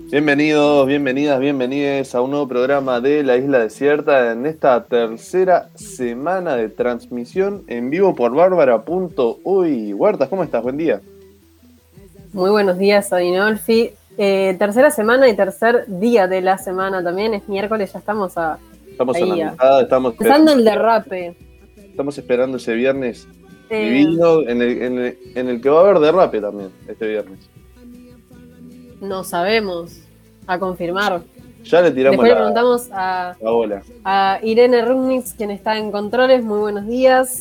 Bienvenidos, bienvenidas, bienvenides a un nuevo programa de La Isla Desierta en esta tercera semana de transmisión en vivo por Bárbara.uy. Huertas, ¿cómo estás? Buen día. Muy buenos días, Adinolfi. Tercera semana y tercer día de la semana también. Es miércoles, ya estamos Estamos en ahí. la mitad, estamos Empezando el derrape. Estamos esperando ese viernes divino en el que va a haber derrape también este viernes. No sabemos, a confirmar. Ya le tiramos Después le preguntamos la bola a Irene Rudnitz, quien está en controles. Muy buenos días.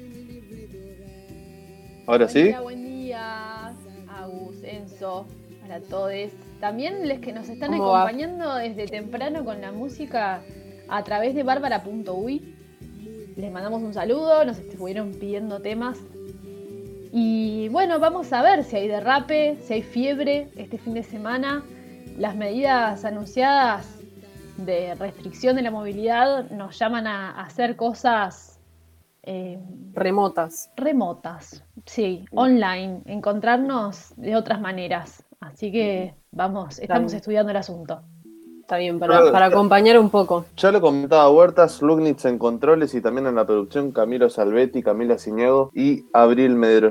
¿Ahora sí? Buen día, Agus, Enzo, para todos. También los que nos están acompañando desde temprano con la música a través de Bárbara.uy. Les mandamos un saludo, nos estuvieron pidiendo temas. Y bueno, vamos a ver si hay derrape, si hay fiebre este fin de semana. Las medidas anunciadas de restricción de la movilidad nos llaman a hacer cosas remotas, sí, online, encontrarnos de otras maneras. Así que estamos estudiando el asunto. Está bien, para acompañar un poco. Ya lo comentaba Huertas, Lugnitz en controles y también en la producción Camilo Salvetti, Camila Ciñego y Abril Medero.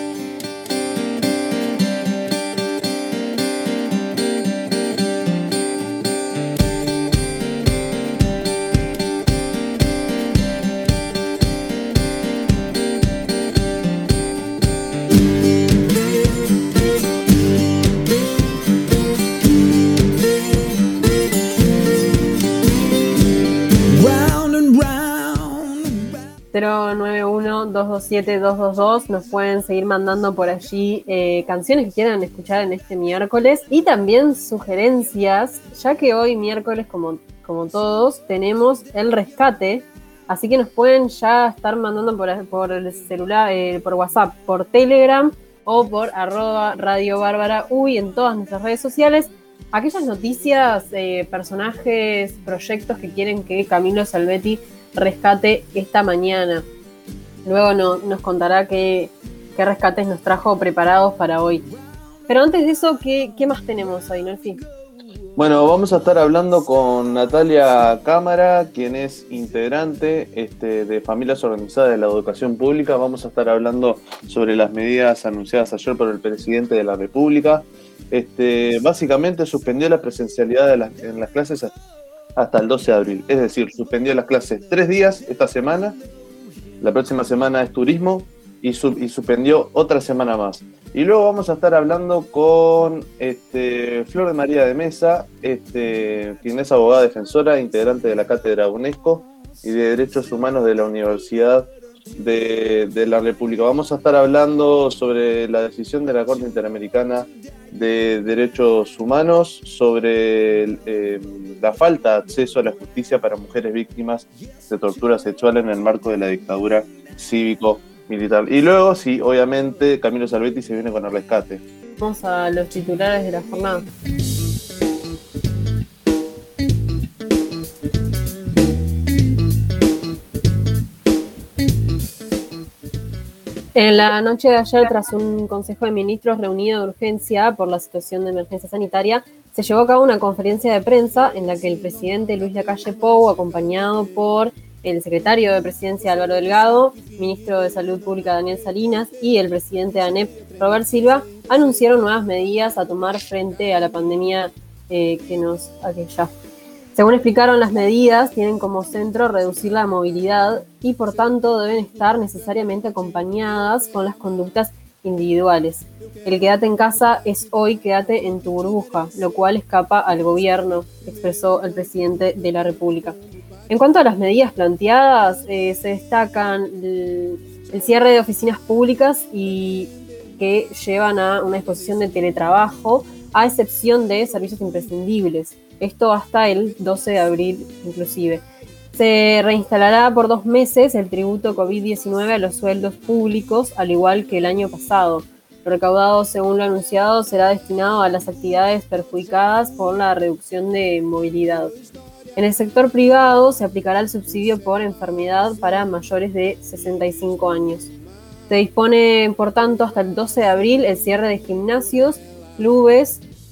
...091-227-222... nos pueden seguir mandando por allí canciones que quieran escuchar en este miércoles y también sugerencias, ya que hoy miércoles, como todos, tenemos el rescate, así que nos pueden ya estar mandando por el celular, por WhatsApp, por Telegram o por @RadioBárbara.uy en todas nuestras redes sociales, aquellas noticias, personajes, proyectos que quieren que Camilo Salvetti rescate esta mañana. Luego nos contará qué rescates nos trajo preparados para hoy. Pero antes de eso, ¿qué más tenemos hoy, Nolfi? Bueno, vamos a estar hablando con Natalia Cámara, quien es integrante de Familias Organizadas de la Educación Pública. Vamos a estar hablando sobre las medidas anunciadas ayer por el presidente de la República. Básicamente suspendió la presencialidad en las clases hasta el 12 de abril. Es decir, suspendió las clases 3 días esta semana, la próxima semana es turismo y suspendió otra semana más. Y luego vamos a estar hablando con Flor de María de Mesa, quien es abogada defensora, integrante de la Cátedra UNESCO y de Derechos Humanos de la Universidad de la República. Vamos a estar hablando sobre la decisión de la Corte Interamericana de Derechos Humanos, sobre la falta de acceso a la justicia para mujeres víctimas de tortura sexual en el marco de la dictadura cívico-militar. Y luego, sí, obviamente, Camilo Salvetti se viene con el rescate. Vamos a los titulares de la jornada. En la noche de ayer, tras un Consejo de Ministros reunido de urgencia por la situación de emergencia sanitaria, se llevó a cabo una conferencia de prensa en la que el presidente Luis Lacalle Pou, acompañado por el secretario de Presidencia Álvaro Delgado, ministro de Salud Pública Daniel Salinas y el presidente de ANEP Robert Silva, anunciaron nuevas medidas a tomar frente a la pandemia que nos aqueja. Según explicaron, las medidas tienen como centro reducir la movilidad y por tanto deben estar necesariamente acompañadas con las conductas individuales. El quédate en casa es hoy quédate en tu burbuja, lo cual escapa al gobierno, expresó el presidente de la República. En cuanto a las medidas planteadas, se destacan el cierre de oficinas públicas y que llevan a una disposición de teletrabajo, a excepción de servicios imprescindibles. Esto hasta el 12 de abril inclusive. Se reinstalará por 2 meses el tributo COVID-19 a los sueldos públicos, al igual que el año pasado. Lo recaudado, según lo anunciado, será destinado a las actividades perjudicadas por la reducción de movilidad. En el sector privado se aplicará el subsidio por enfermedad para mayores de 65 años. Se dispone, por tanto, hasta el 12 de abril el cierre de gimnasios, clubes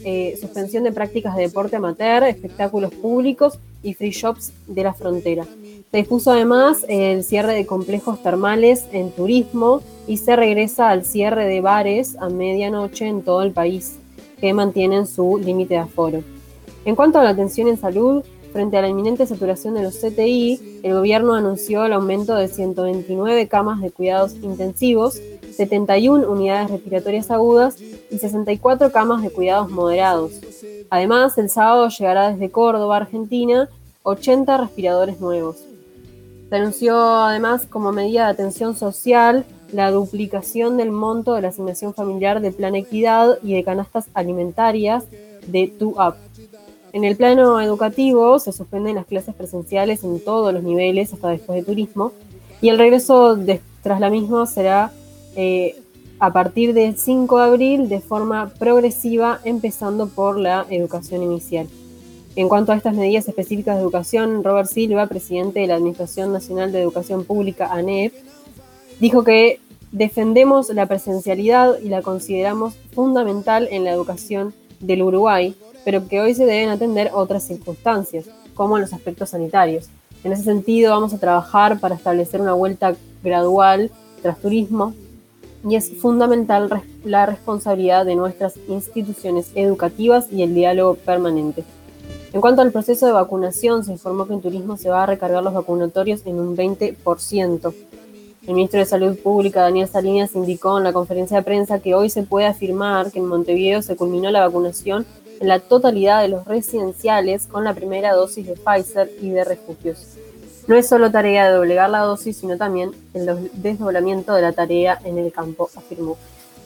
suspensión de prácticas de deporte amateur, espectáculos públicos y free shops de la frontera. Se dispuso además el cierre de complejos termales en turismo y se regresa al cierre de bares a medianoche en todo el país, que mantienen su límite de aforo. En cuanto a la atención en salud, frente a la inminente saturación de los CTI, el gobierno anunció el aumento de 129 camas de cuidados intensivos, 71 unidades respiratorias agudas y 64 camas de cuidados moderados. Además, el sábado llegará desde Córdoba, Argentina, 80 respiradores nuevos. Se anunció además como medida de atención social la duplicación del monto de la asignación familiar del Plan Equidad y de canastas alimentarias de TUAP. En el plano educativo se suspenden las clases presenciales en todos los niveles hasta después de turismo y el regreso tras la misma será a partir del 5 de abril de forma progresiva, empezando por la educación inicial. En cuanto a estas medidas específicas de educación, Robert Silva, presidente de la Administración Nacional de Educación Pública, ANEP, dijo que defendemos la presencialidad y la consideramos fundamental en la educación del Uruguay, pero que hoy se deben atender otras circunstancias, como en los aspectos sanitarios. En ese sentido, vamos a trabajar para establecer una vuelta gradual tras turismo y es fundamental la responsabilidad de nuestras instituciones educativas y el diálogo permanente. En cuanto al proceso de vacunación, se informó que en turismo se va a recargar los vacunatorios en un 20%. El ministro de Salud Pública, Daniel Salinas, indicó en la conferencia de prensa que hoy se puede afirmar que en Montevideo se culminó la vacunación en la totalidad de los residenciales con la primera dosis de Pfizer y de refugios. No es solo tarea de doblegar la dosis, sino también el desdoblamiento de la tarea en el campo, afirmó.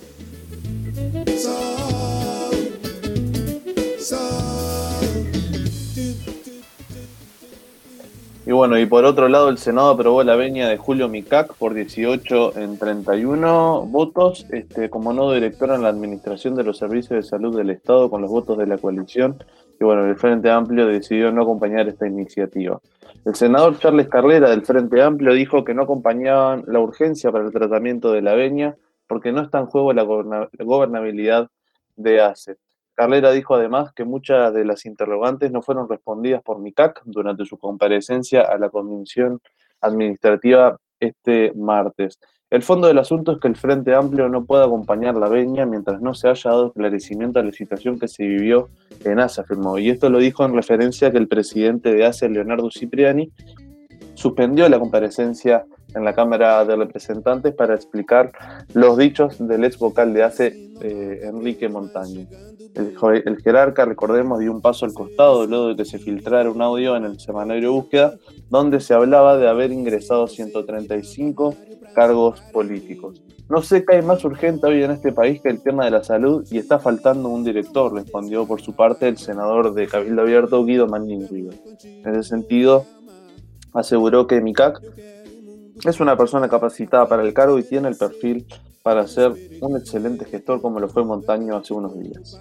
Y bueno, y por otro lado, el Senado aprobó la venia de Julio Micac por 18 en 31 votos, como nuevo director en la Administración de los Servicios de Salud del Estado con los votos de la coalición. Y bueno, el Frente Amplio decidió no acompañar esta iniciativa. El senador Charles Carrera del Frente Amplio dijo que no acompañaban la urgencia para el tratamiento de la venia porque no está en juego la gobernabilidad de ACE. Carrera dijo además que muchas de las interrogantes no fueron respondidas por Micac durante su comparecencia a la Comisión Administrativa este martes. El fondo del asunto es que el Frente Amplio no puede acompañar la venia mientras no se haya dado esclarecimiento a la situación que se vivió en ACE, afirmó. Y esto lo dijo en referencia a que el presidente de ACE, Leonardo Cipriani, suspendió la comparecencia en la Cámara de Representantes para explicar los dichos del ex vocal de ACE, Enrique Montaño. El jerarca, recordemos, dio un paso al costado luego de que se filtrara un audio en el semanario Búsqueda donde se hablaba de haber ingresado 135 cargos políticos. No sé qué hay más urgente hoy en este país que el tema de la salud y está faltando un director, respondió por su parte el senador de Cabildo Abierto, Guido Manning River. En ese sentido, aseguró que Micac es una persona capacitada para el cargo y tiene el perfil para ser un excelente gestor como lo fue Montaño hace unos días.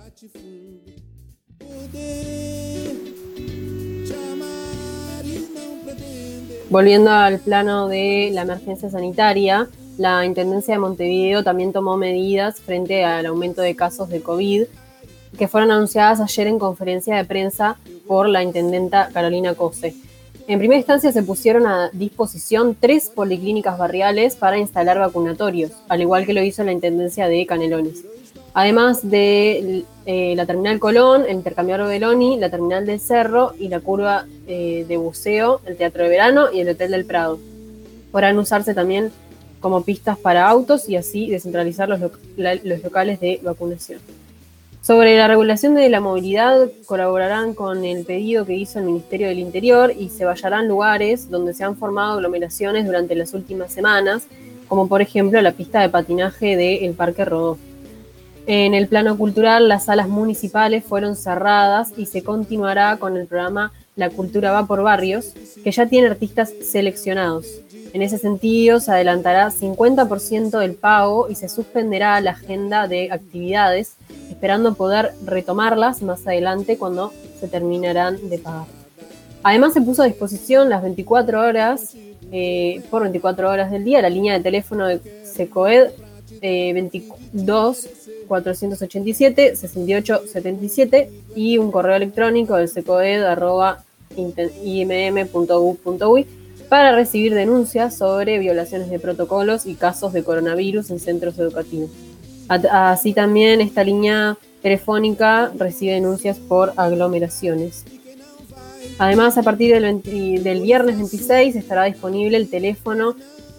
Volviendo al plano de la emergencia sanitaria, la Intendencia de Montevideo también tomó medidas frente al aumento de casos de COVID que fueron anunciadas ayer en conferencia de prensa por la intendenta Carolina Cose. En primera instancia se pusieron a disposición 3 policlínicas barriales para instalar vacunatorios, al igual que lo hizo la Intendencia de Canelones. Además de la Terminal Colón, el Intercambiador Beloni, la Terminal del Cerro y la curva de buceo, el Teatro de Verano y el Hotel del Prado. Podrán usarse también como pistas para autos y así descentralizar los locales de vacunación. Sobre la regulación de la movilidad, colaborarán con el pedido que hizo el Ministerio del Interior y se vallarán lugares donde se han formado aglomeraciones durante las últimas semanas, como por ejemplo la pista de patinaje del Parque Rodó. En el plano cultural, las salas municipales fueron cerradas y se continuará con el programa La Cultura va por barrios, que ya tiene artistas seleccionados. En ese sentido, se adelantará 50% del pago y se suspenderá la agenda de actividades, esperando poder retomarlas más adelante cuando se terminarán de pagar. Además, se puso a disposición las 24 horas, por 24 horas del día, la línea de teléfono de SECOED 22 487 68 77 y un correo electrónico del secoed@imm.gov.uy para recibir denuncias sobre violaciones de protocolos y casos de coronavirus en centros educativos. Así también esta línea telefónica recibe denuncias por aglomeraciones. Además, a partir del viernes 26 estará disponible el teléfono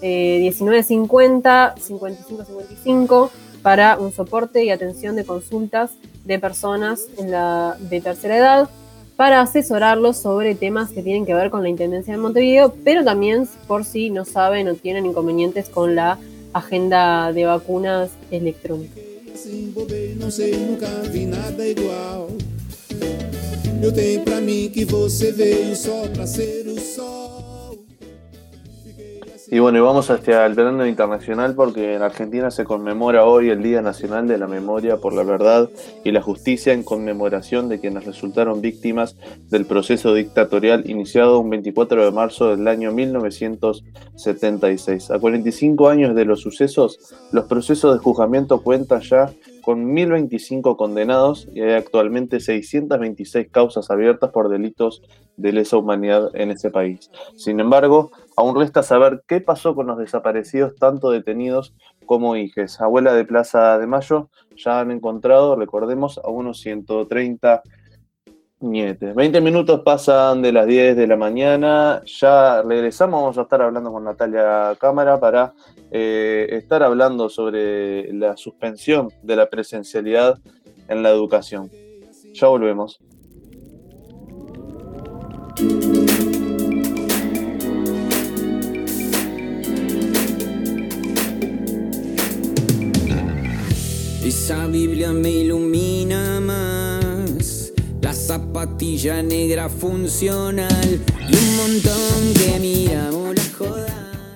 1950 5555 para un soporte y atención de consultas de personas de tercera edad para asesorarlos sobre temas que tienen que ver con la Intendencia de Montevideo, pero también por si no saben o tienen inconvenientes con la agenda de vacunas electrónica. Eu tenho pra mim que você veio só pra ser o sol. Y bueno, y vamos hacia el plano internacional porque en Argentina se conmemora hoy el Día Nacional de la Memoria por la Verdad y la Justicia en conmemoración de quienes resultaron víctimas del proceso dictatorial iniciado un 24 de marzo del año 1976. A 45 años de los sucesos, los procesos de juzgamiento cuentan ya con 1.025 condenados y hay actualmente 626 causas abiertas por delitos de lesa humanidad en ese país. Sin embargo, aún resta saber qué pasó con los desaparecidos, tanto detenidos como hijes. Abuela de Plaza de Mayo ya han encontrado, recordemos, a unos 130 nietes. 20 minutos pasan de las 10 de la mañana, ya regresamos, vamos a estar hablando con Natalia Cámara para estar hablando sobre la suspensión de la presencialidad en la educación. Ya volvemos. Esa Biblia me ilumina más, la zapatilla negra funcional y un montón que miramos la joda.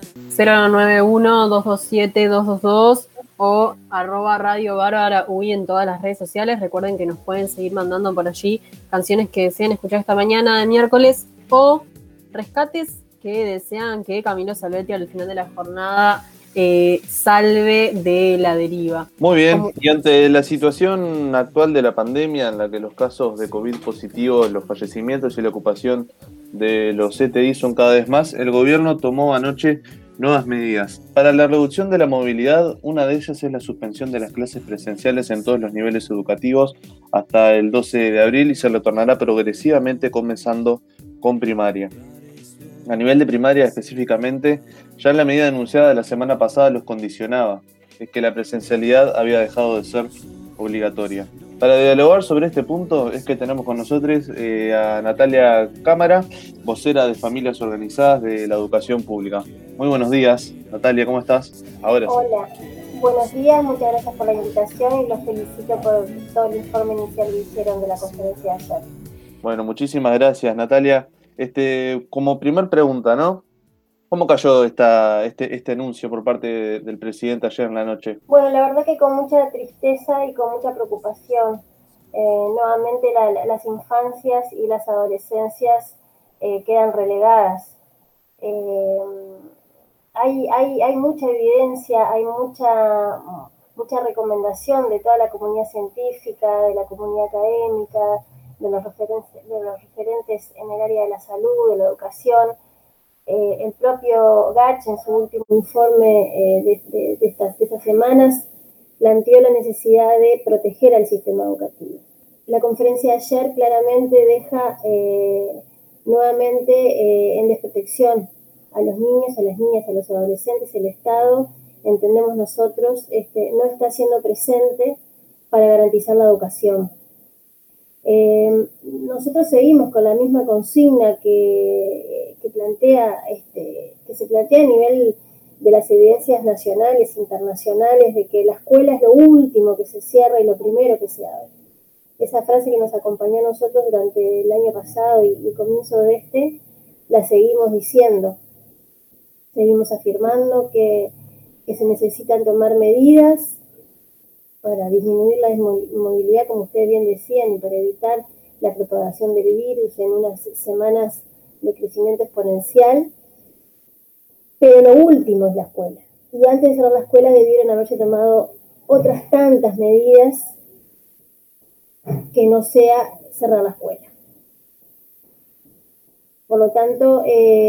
091-227-222 o @Radio Bárbara UI en todas las redes sociales. Recuerden que nos pueden seguir mandando por allí canciones que deseen escuchar esta mañana de miércoles o rescates que desean que Camilo Salvetti al final de la jornada salve de la deriva. Muy bien, y ante la situación actual de la pandemia en la que los casos de COVID positivos, los fallecimientos y la ocupación de los CTI son cada vez más, el gobierno tomó anoche nuevas medidas. Para la reducción de la movilidad, una de ellas es la suspensión de las clases presenciales en todos los niveles educativos hasta el 12 de abril y se retornará progresivamente comenzando con primaria. A nivel de primaria específicamente, ya la medida anunciada la semana pasada los condicionaba, es que la presencialidad había dejado de ser obligatoria. Para dialogar sobre este punto es que tenemos con nosotros a Natalia Cámara, vocera de Familias Organizadas de la Educación Pública. Muy buenos días, Natalia, ¿cómo estás? Ahora sí. Hola, buenos días, muchas gracias por la invitación y los felicito por todo el informe inicial que hicieron de la conferencia de ayer. Bueno, muchísimas gracias, Natalia. Como primer pregunta, ¿no? ¿Cómo cayó este anuncio por parte del presidente ayer en la noche? Bueno, la verdad que con mucha tristeza y con mucha preocupación. Nuevamente las infancias y las adolescencias quedan relegadas. Hay mucha evidencia, hay mucha recomendación de toda la comunidad científica, de la comunidad académica, de los referentes en el área de la salud, de la educación. El propio Gach en su último informe de estas semanas planteó la necesidad de proteger al sistema educativo. La conferencia de ayer claramente deja nuevamente en desprotección a los niños, a las niñas, a los adolescentes. El Estado, entendemos nosotros, no está siendo presente para garantizar la educación. Nosotros seguimos con la misma consigna que se plantea a nivel de las evidencias nacionales e internacionales de que la escuela es lo último que se cierra y lo primero que se abre. Esa frase que nos acompañó a nosotros durante el año pasado y comienzo de la seguimos diciendo. Seguimos afirmando que se necesitan tomar medidas para disminuir la movilidad, como ustedes bien decían, y para evitar la propagación del virus en unas semanas de crecimiento exponencial. Pero lo último es la escuela. y antes de cerrar la escuela debieron haberse tomado otras tantas medidas que no sea cerrar la escuela. Por lo tanto,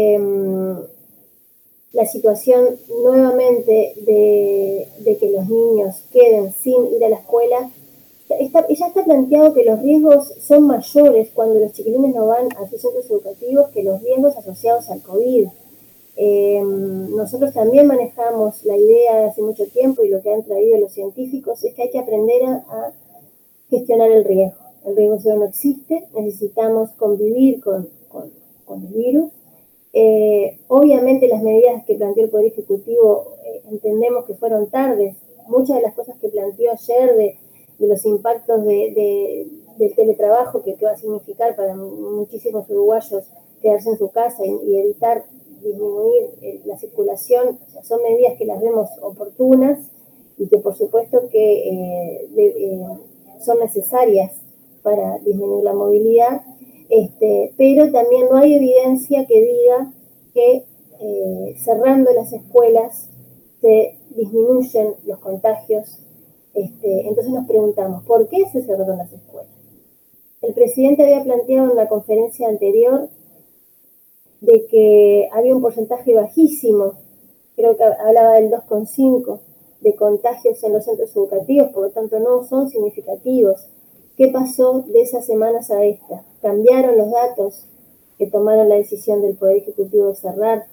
la situación nuevamente de que los niños queden sin ir a la escuela, ya está planteado que los riesgos son mayores cuando los chiquilines no van a sus centros educativos que los riesgos asociados al COVID. Nosotros también manejamos la idea de hace mucho tiempo, y lo que han traído los científicos es que hay que aprender a gestionar el riesgo. El riesgo cero no existe, necesitamos convivir con el virus. Obviamente las medidas que planteó el Poder Ejecutivo entendemos que fueron tardes. Muchas de las cosas que planteó ayer de los impactos del teletrabajo que va a significar para muchísimos uruguayos quedarse en su casa y evitar disminuir la circulación, o sea, son medidas que las vemos oportunas y que por supuesto que son necesarias para disminuir la movilidad, pero también no hay evidencia que diga que cerrando las escuelas se disminuyen los contagios. Entonces nos preguntamos, ¿por qué se cerraron las escuelas? El presidente había planteado en la conferencia anterior de que había un porcentaje bajísimo, creo que hablaba del 2,5% de contagios en los centros educativos, por lo tanto no son significativos. ¿Qué pasó de esas semanas a esta? ¿Cambiaron los datos que tomaron la decisión del Poder Ejecutivo de cerrar?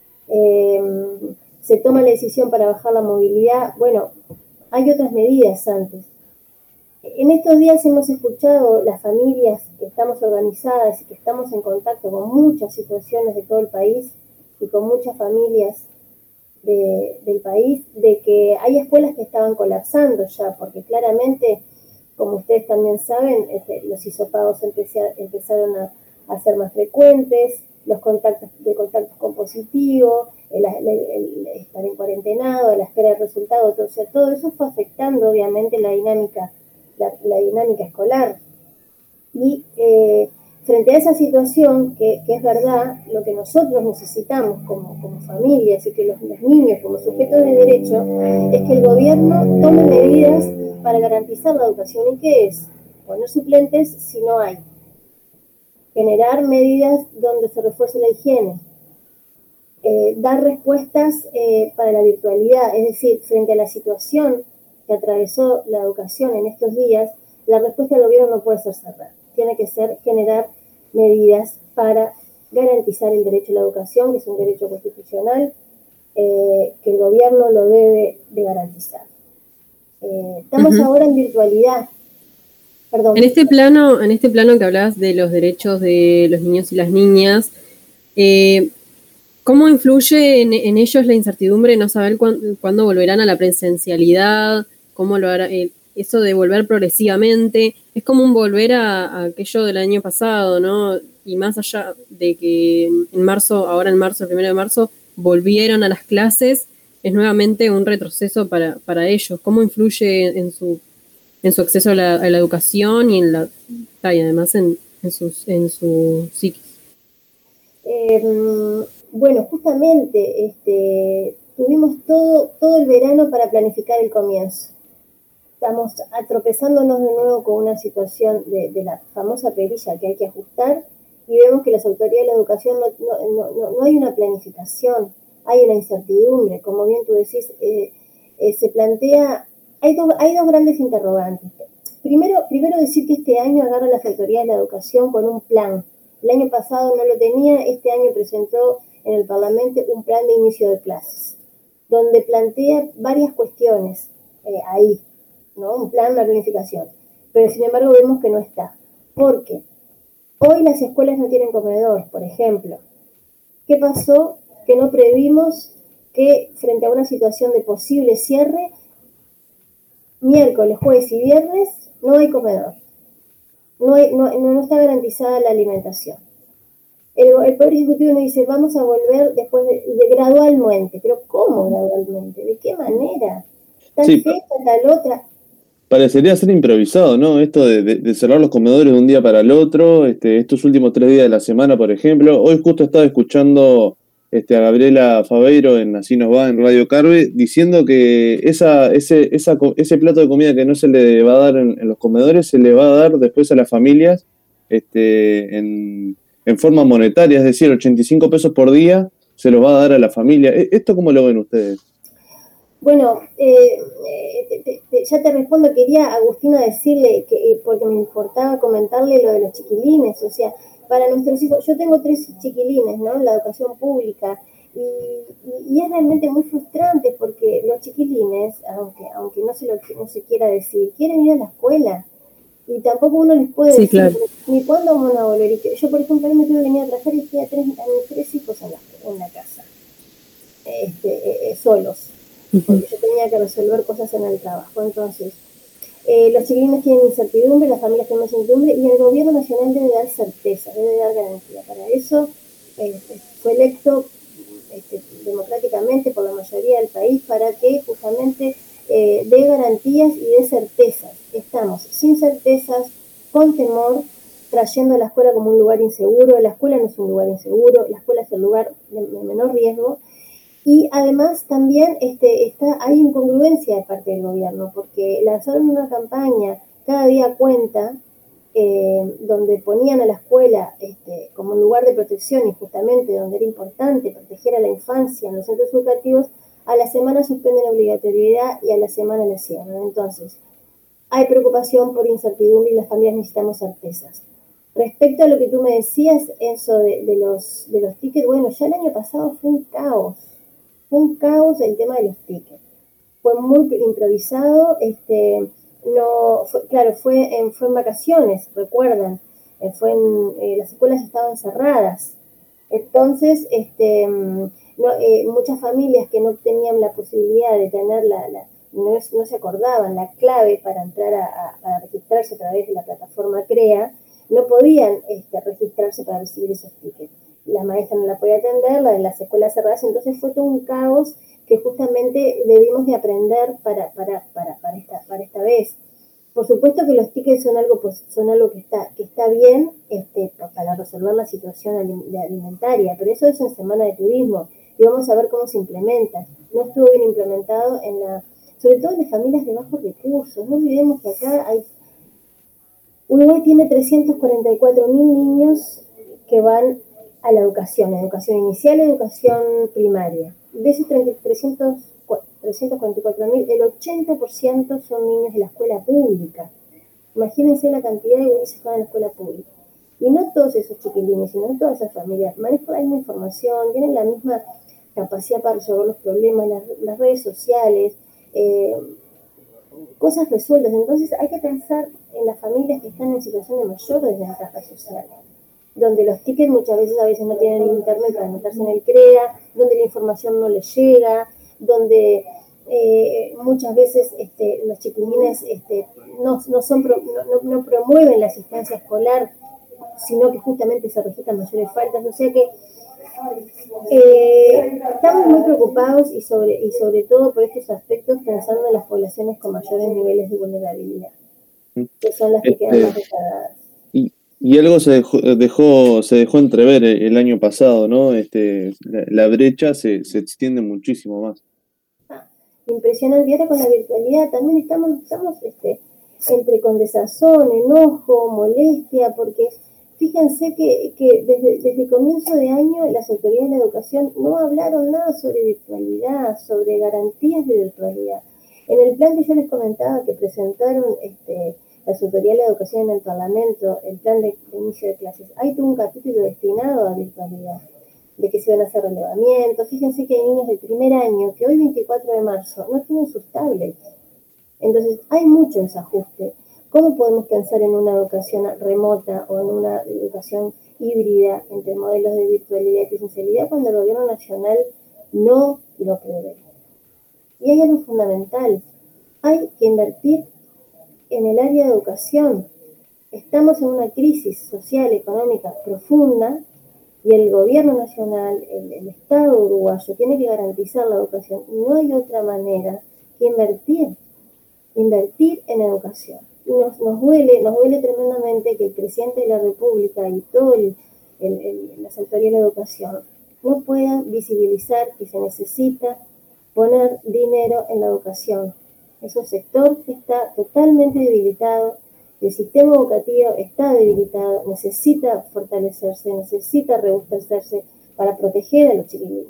¿Se toma la decisión para bajar la movilidad? Bueno, hay otras medidas antes. En estos días hemos escuchado las familias que estamos organizadas y que estamos en contacto con muchas situaciones de todo el país y con muchas familias del país, de que hay escuelas que estaban colapsando ya, porque claramente, como ustedes también saben, los hisopagos empezaron a ser más frecuentes, los contactos con positivo, el estar en cuarentenado, la espera de resultados, todo eso fue afectando obviamente la dinámica escolar. Y frente a esa situación, que es verdad, lo que nosotros necesitamos como familias y que los niños como sujetos de derecho es que el gobierno tome medidas para garantizar la educación. ¿Y qué es? Poner suplentes si no hay. Generar medidas donde se refuerce la higiene. Dar respuestas para la virtualidad, es decir, frente a la situación que atravesó la educación en estos días, la respuesta del gobierno no puede ser cerrar. Tiene que ser generar medidas para garantizar el derecho a la educación, que es un derecho constitucional, que el gobierno lo debe de garantizar. Estamos ahora en virtualidad. Perdón. En este plano que hablabas de los derechos de los niños y las niñas, ¿cómo influye en ellos la incertidumbre de no saber cuándo volverán a la presencialidad? ¿Cómo lo hará? Eso de volver progresivamente, es como un volver a aquello del año pasado, ¿no? Y más allá de que el 1 de marzo, volvieron a las clases, es nuevamente un retroceso para ellos. ¿Cómo influye en su acceso a la educación y además en su psiquis? Bueno, justamente tuvimos todo el verano para planificar el comienzo. Estamos tropezándonos de nuevo con una situación de la famosa perilla que hay que ajustar, y vemos que las autoridades de la educación no hay una planificación, hay una incertidumbre. Como bien tú decís, se plantea, hay dos grandes interrogantes. Primero decir que este año agarra las autoridades de la educación con un plan. El año pasado no lo tenía, este año presentó en el Parlamento un plan de inicio de clases, donde plantea varias cuestiones ahí, ¿no? Un plan, una planificación. Pero sin embargo vemos que no está. ¿Por qué? Hoy las escuelas no tienen comedor, por ejemplo. ¿Qué pasó? Que no previmos que frente a una situación de posible cierre, miércoles, jueves y viernes no hay comedor. No está garantizada la alimentación. El Poder Ejecutivo nos dice, vamos a volver después de gradualmente. ¿Pero cómo gradualmente? ¿De qué manera? Tal fecha, tal otra. Parecería ser improvisado, ¿no? Esto de cerrar los comedores de un día para el otro, estos últimos 3 días de la semana, por ejemplo. Hoy justo estaba escuchando a Gabriela Faveiro en Así Nos Va, en Radio Carve, diciendo que ese plato de comida que no se le va a dar en los comedores, se le va a dar después a las familias en forma monetaria, es decir, 85 pesos por día se los va a dar a la familia. ¿Esto cómo lo ven ustedes? Bueno, ya te respondo. Quería, Agustina, decirle que, porque me importaba comentarle lo de los chiquilines, o sea, para nuestros hijos, yo tengo 3 chiquilines, ¿no?, en la educación pública, y es realmente muy frustrante porque los chiquilines, aunque no se quiera decir, quieren ir a la escuela, y tampoco uno les puede decir, claro, ni cuándo vamos a volver. Yo, por ejemplo, a mí me tuve que venir a trabajar y fui a mis 3 hijos en la casa, solos, porque yo tenía que resolver cosas en el trabajo. Entonces, los chiquilines tienen incertidumbre, las familias tienen incertidumbre, y el gobierno nacional debe dar certeza, debe dar garantía. Para eso fue electo democráticamente por la mayoría del país, para que justamente dé garantías y dé certezas. Estamos sin certezas, con temor, trayendo a la escuela como un lugar inseguro. La escuela no es un lugar inseguro, la escuela es el lugar de menor riesgo. Y además también hay incongruencia de parte del gobierno, porque lanzaron una campaña, Cada Día Cuenta, donde ponían a la escuela como un lugar de protección, y justamente donde era importante proteger a la infancia en los centros educativos. A la semana suspenden la obligatoriedad y a la semana la cierran. Entonces, hay preocupación por incertidumbre y las familias necesitamos certezas. Respecto a lo que tú me decías, eso de los tickets, bueno, ya el año pasado fue un caos el tema de los tickets. Fue muy improvisado, no fue, claro, fue en vacaciones, recuerdan, las escuelas estaban cerradas. Entonces, muchas familias que no tenían la posibilidad de tener no se acordaban la clave para entrar para registrarse a través de la plataforma CREA, no podían registrarse para recibir esos tickets. La maestra no la podía atender, la de las escuelas cerradas. Entonces fue todo un caos que justamente debimos de aprender para esta vez. Por supuesto que los tickets son algo que está bien para resolver la situación alimentaria, pero eso es en Semana de Turismo y vamos a ver cómo se implementa. No estuvo bien implementado sobre todo en las familias de bajos recursos. No olvidemos que acá Uruguay tiene 344.000 niños que van a la educación inicial y educación primaria. De esos 344.000, el 80% son niños de la escuela pública. Imagínense la cantidad de niños que están en la escuela pública. Y no todos esos chiquilines, sino todas esas familias manejan la misma información, tienen la misma capacidad para resolver los problemas, las redes sociales, cosas resueltas. Entonces hay que pensar en las familias que están en situación de mayor desventaja social, donde los tickets muchas veces no tienen internet para anotarse en el CREA, donde la información no les llega, donde muchas veces los chiquilines no promueven la asistencia escolar, sino que justamente se registran mayores faltas. O sea que estamos muy preocupados y sobre todo por estos aspectos, pensando en las poblaciones con mayores niveles de vulnerabilidad, que son las que quedan más rezagadas. Y algo se dejó entrever el año pasado, ¿no? La brecha se extiende muchísimo más. Impresionante. Y ahora con la virtualidad también estamos entre con desazón, enojo, molestia, porque fíjense que desde comienzo de año las autoridades de la educación no hablaron nada sobre virtualidad, sobre garantías de virtualidad. En el plan que yo les comentaba que presentaron las autoridades de la educación en el Parlamento, el plan de inicio de clases, hay todo un capítulo destinado a virtualidad, de que se van a hacer relevamientos. Fíjense que hay niños del primer año que hoy, 24 de marzo, no tienen sus tablets. Entonces hay mucho desajuste. ¿Cómo podemos pensar en una educación remota o en una educación híbrida entre modelos de virtualidad y presencialidad cuando el gobierno nacional no lo prevé? Y hay algo fundamental: hay que invertir en el área de educación. Estamos en una crisis social, económica profunda, y el gobierno nacional, el Estado uruguayo, tiene que garantizar la educación. Y no hay otra manera que invertir en educación. Y nos duele tremendamente que el presidente de la República y todas las autoridades de la educación no puedan visibilizar que se necesita poner dinero en la educación. Es un sector que está totalmente debilitado, el sistema educativo está debilitado, necesita fortalecerse, necesita robustecerse para proteger a los chiquilines.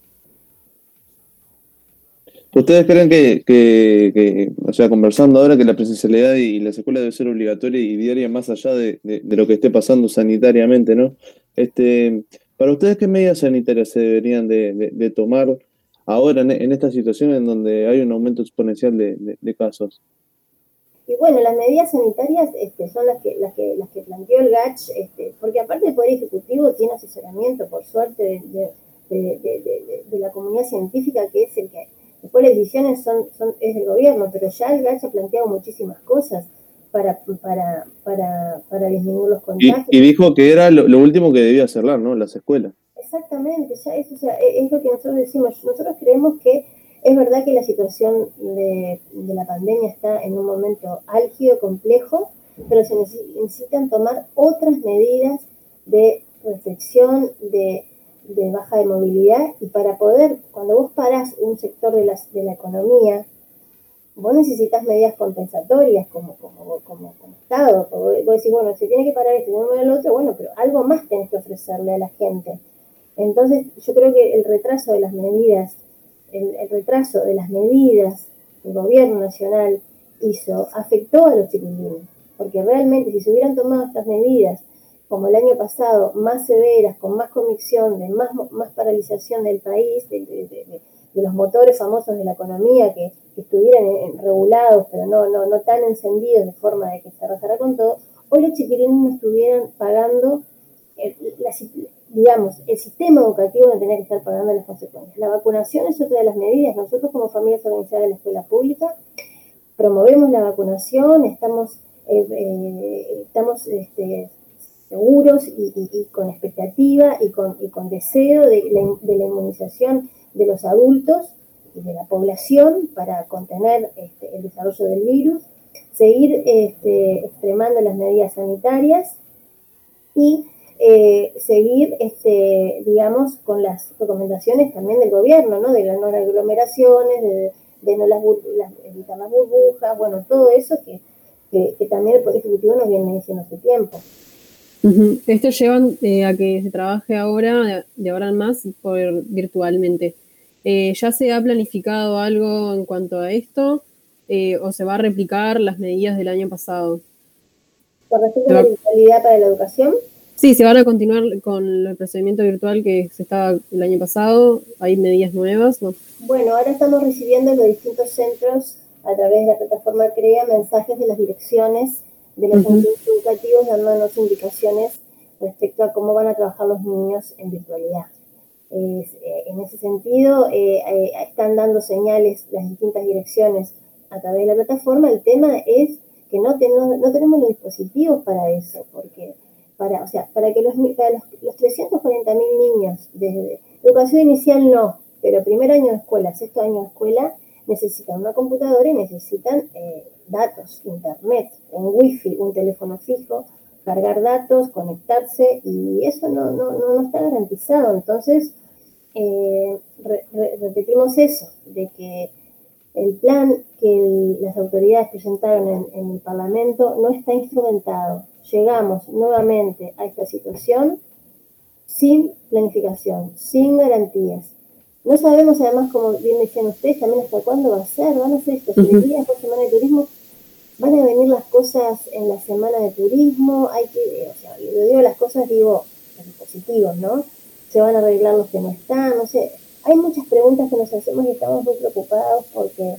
¿Ustedes creen que, o sea, conversando ahora, que la presencialidad y las escuelas debe ser obligatoria y diaria más allá de lo que esté pasando sanitariamente, ¿no? Para ustedes, ¿qué medidas sanitarias se deberían de tomar ahora en esta situación en donde hay un aumento exponencial de casos? Y bueno, las medidas sanitarias son las que planteó el GACH, porque aparte el Poder Ejecutivo tiene asesoramiento, por suerte, de la comunidad científica, que es el que después las decisiones es del gobierno, pero ya el GACH ha planteado muchísimas cosas para disminuir los contagios. Y dijo que era lo último que debía cerrar, ¿no? Las escuelas. Exactamente, ya eso, o sea, es lo que nosotros decimos. Nosotros creemos que es verdad que la situación de la pandemia está en un momento álgido, complejo, pero se necesitan tomar otras medidas de restricción, de baja de movilidad, y para poder, cuando vos parás un sector de la economía, vos necesitas medidas compensatorias como Estado. Vos decís, bueno, se tiene que parar esto y uno el otro, bueno, pero algo más tenés que ofrecerle a la gente. Entonces, yo creo que el retraso de las medidas, el retraso de las medidas que el gobierno nacional afectó a los chiquilines, porque realmente si se hubieran tomado estas medidas como el año pasado, más severas, con más convicción, de más paralización del país, de los motores famosos de la economía que estuvieran regulados, pero no tan encendidos de forma de que se arrasara con todo, hoy los chiquilines no estuvieran pagando, digamos, el sistema educativo no tenía que estar pagando las consecuencias. La vacunación es otra de las medidas. Nosotros, como familias organizadas de la escuela pública, promovemos la vacunación, estamos seguros y con expectativa y con deseo de la inmunización de los adultos y de la población para contener el desarrollo del virus, seguir extremando las medidas sanitarias y seguir, digamos, con las recomendaciones también del gobierno, ¿no? De no aglomeraciones, de no evitar las burbujas, bueno, todo eso que también el Poder Ejecutivo nos viene diciendo hace tiempo. Esto lleva a que se trabaje ahora, de ahora en más, virtualmente. ¿Ya se ha planificado algo en cuanto a esto? ¿O se va a replicar las medidas del año pasado? ¿Con respecto a la virtualidad para la educación? Sí, se van a continuar con el procedimiento virtual que se estaba el año pasado. ¿Hay medidas nuevas? ¿No? Bueno, ahora estamos recibiendo en los distintos centros, a través de la plataforma CREA, mensajes de las direcciones de los centros educativos dándonos indicaciones respecto a cómo van a trabajar los niños en virtualidad. En ese sentido, están dando señales las distintas direcciones a través de la plataforma. El tema es que no tenemos los dispositivos para eso, porque para que los 340.000 niños de educación inicial no, pero primer año de escuela, sexto año de escuela, necesitan una computadora y necesitan datos, internet, un wifi, un teléfono fijo, cargar datos, conectarse, y eso no está garantizado. Entonces, repetimos eso, de que el plan que las autoridades presentaron en el Parlamento no está instrumentado. Llegamos nuevamente a esta situación sin planificación, sin garantías. No sabemos, además, como bien decían ustedes, también hasta cuándo va a ser. Van a ser estos 3 días por semana de turismo. Van a venir las cosas en la semana de turismo. Lo digo las cosas, digo los dispositivos, ¿no? Se van a arreglar los que no están, no sé. Hay muchas preguntas que nos hacemos y estamos muy preocupados porque...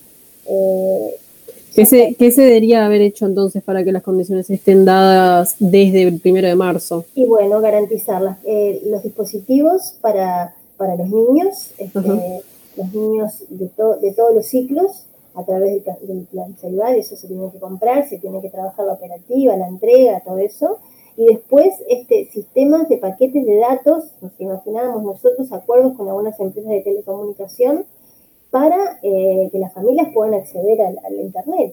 ¿Qué se debería haber hecho entonces para que las condiciones estén dadas desde el 1 de marzo? Y bueno, garantizar los dispositivos para los niños, los niños de todos los ciclos, a través del plan celular. Eso se tiene que comprar, se tiene que trabajar la operativa, la entrega, todo eso. Y después, sistemas de paquetes de datos, nos imaginábamos nosotros acuerdos con algunas empresas de telecomunicación para que las familias puedan acceder al internet,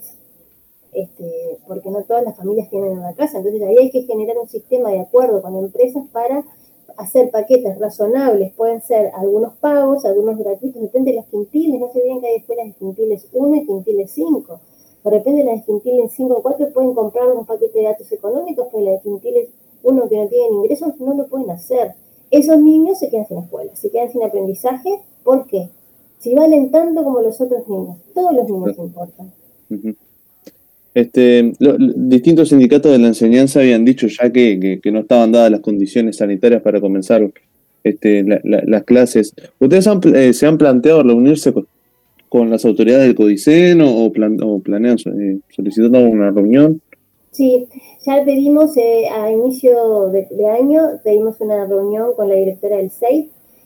porque no todas las familias tienen una casa. Entonces ahí hay que generar un sistema de acuerdo con empresas para hacer paquetes razonables, pueden ser algunos pagos, algunos gratuitos, depende de las quintiles, no se olviden que hay escuelas de quintiles 1 y quintiles 5. De repente las de quintiles 5 o 4 pueden comprar un paquete de datos económicos, pero las de quintiles 1 que no tienen ingresos no lo pueden hacer. Esos niños se quedan sin escuela, se quedan sin aprendizaje. ¿Por qué? Si valen tanto como los otros niños, todos los niños importan. Uh-huh. Distintos sindicatos de la enseñanza habían dicho ya que no estaban dadas las condiciones sanitarias para comenzar las clases. ¿Ustedes se han planteado reunirse con las autoridades del CODICEN o planean solicitando una reunión? Sí, ya pedimos a inicio de año, pedimos una reunión con la directora del SEIP,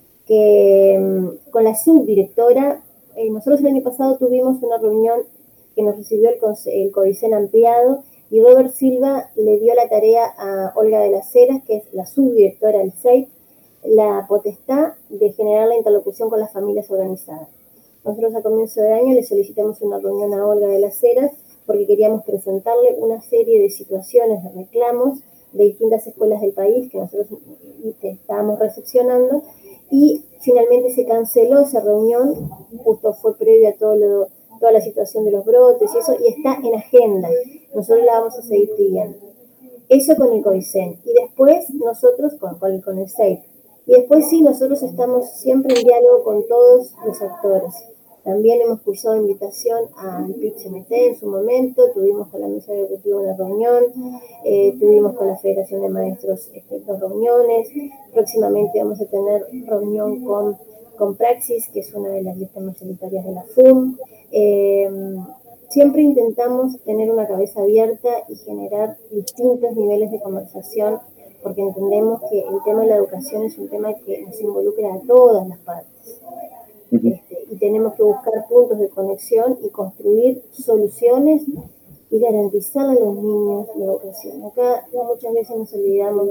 con la subdirectora. Nosotros el año pasado tuvimos una reunión que nos recibió el CODICEN ampliado, y Robert Silva le dio la tarea a Olga de las Heras, que es la subdirectora del SEIP, la potestad de generar la interlocución con las familias organizadas. Nosotros a comienzo de año le solicitamos una reunión a Olga de las Heras porque queríamos presentarle una serie de situaciones, de reclamos de distintas escuelas del país que nosotros estábamos recepcionando, y finalmente se canceló esa reunión, justo fue previo a toda la situación de los brotes y eso, y está en agenda. Nosotros la vamos a seguir pidiendo. Eso con el CODICEN. Y después nosotros con el SEIP. Y después sí, nosotros estamos siempre en diálogo con todos los actores. También hemos cursado invitación al PIT-CNT en su momento, tuvimos con la mesa ejecutiva una reunión, tuvimos con la Federación de Maestros 2 reuniones, próximamente vamos a tener reunión con Praxis, que es una de las listas mayoritarias de la FUM. Siempre intentamos tener una cabeza abierta y generar distintos niveles de conversación, porque entendemos que el tema de la educación es un tema que nos involucra a todas las partes. Y tenemos que buscar puntos de conexión y construir soluciones y garantizar a los niños la educación. Acá muchas veces nos olvidamos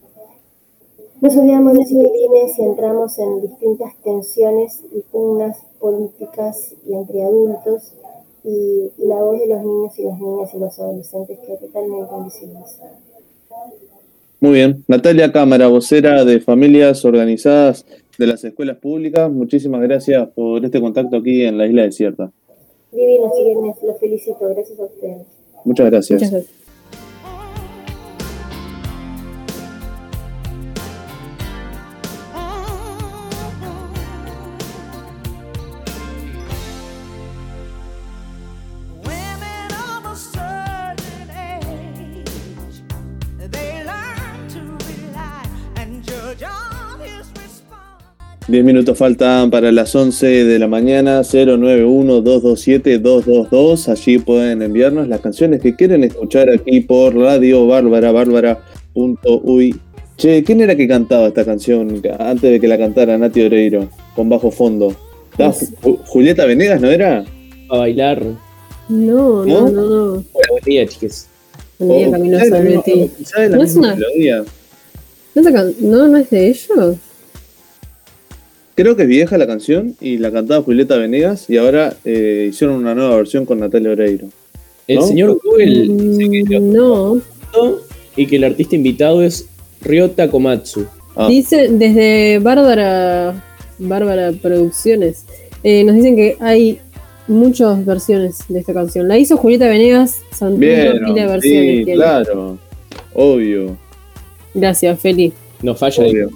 de chiquitines y entramos en distintas tensiones y pugnas políticas y entre adultos, y la voz de los niños y las niñas y los adolescentes queda totalmente invisibilizada. Muy bien. Natalia Cámara, vocera de Familias Organizadas de las Escuelas Públicas, muchísimas gracias por este contacto aquí en la Isla Desierta. Divino, chiquines, los felicito. Gracias a ustedes. Muchas gracias. Muchas gracias. Diez minutos faltan para las 11 de la mañana. 091-227-222. Allí pueden enviarnos las canciones que quieren escuchar aquí por Radio Bárbara, bárbara.uy. Che, ¿quién era que cantaba esta canción antes de que la cantara Nati Oreiro con bajo fondo? ¿Julieta Venegas no era? A bailar. No. Bueno, buen día, chiques. Buen día, Camilo Salvetti. ¿Sabes la misma melodía? No es de ellos. Creo que es vieja la canción y la cantaba Julieta Venegas, y ahora hicieron una nueva versión con Natalia Oreiro, ¿no? El señor Google dice que no. Y que el artista invitado es Ryota Komatsu. Dice desde Bárbara Producciones. Nos dicen que hay muchas versiones de esta canción. La hizo Julieta Venegas, Santino, y la versiones. Sí, claro, obvio. Gracias, Feli. No falla. Obvio.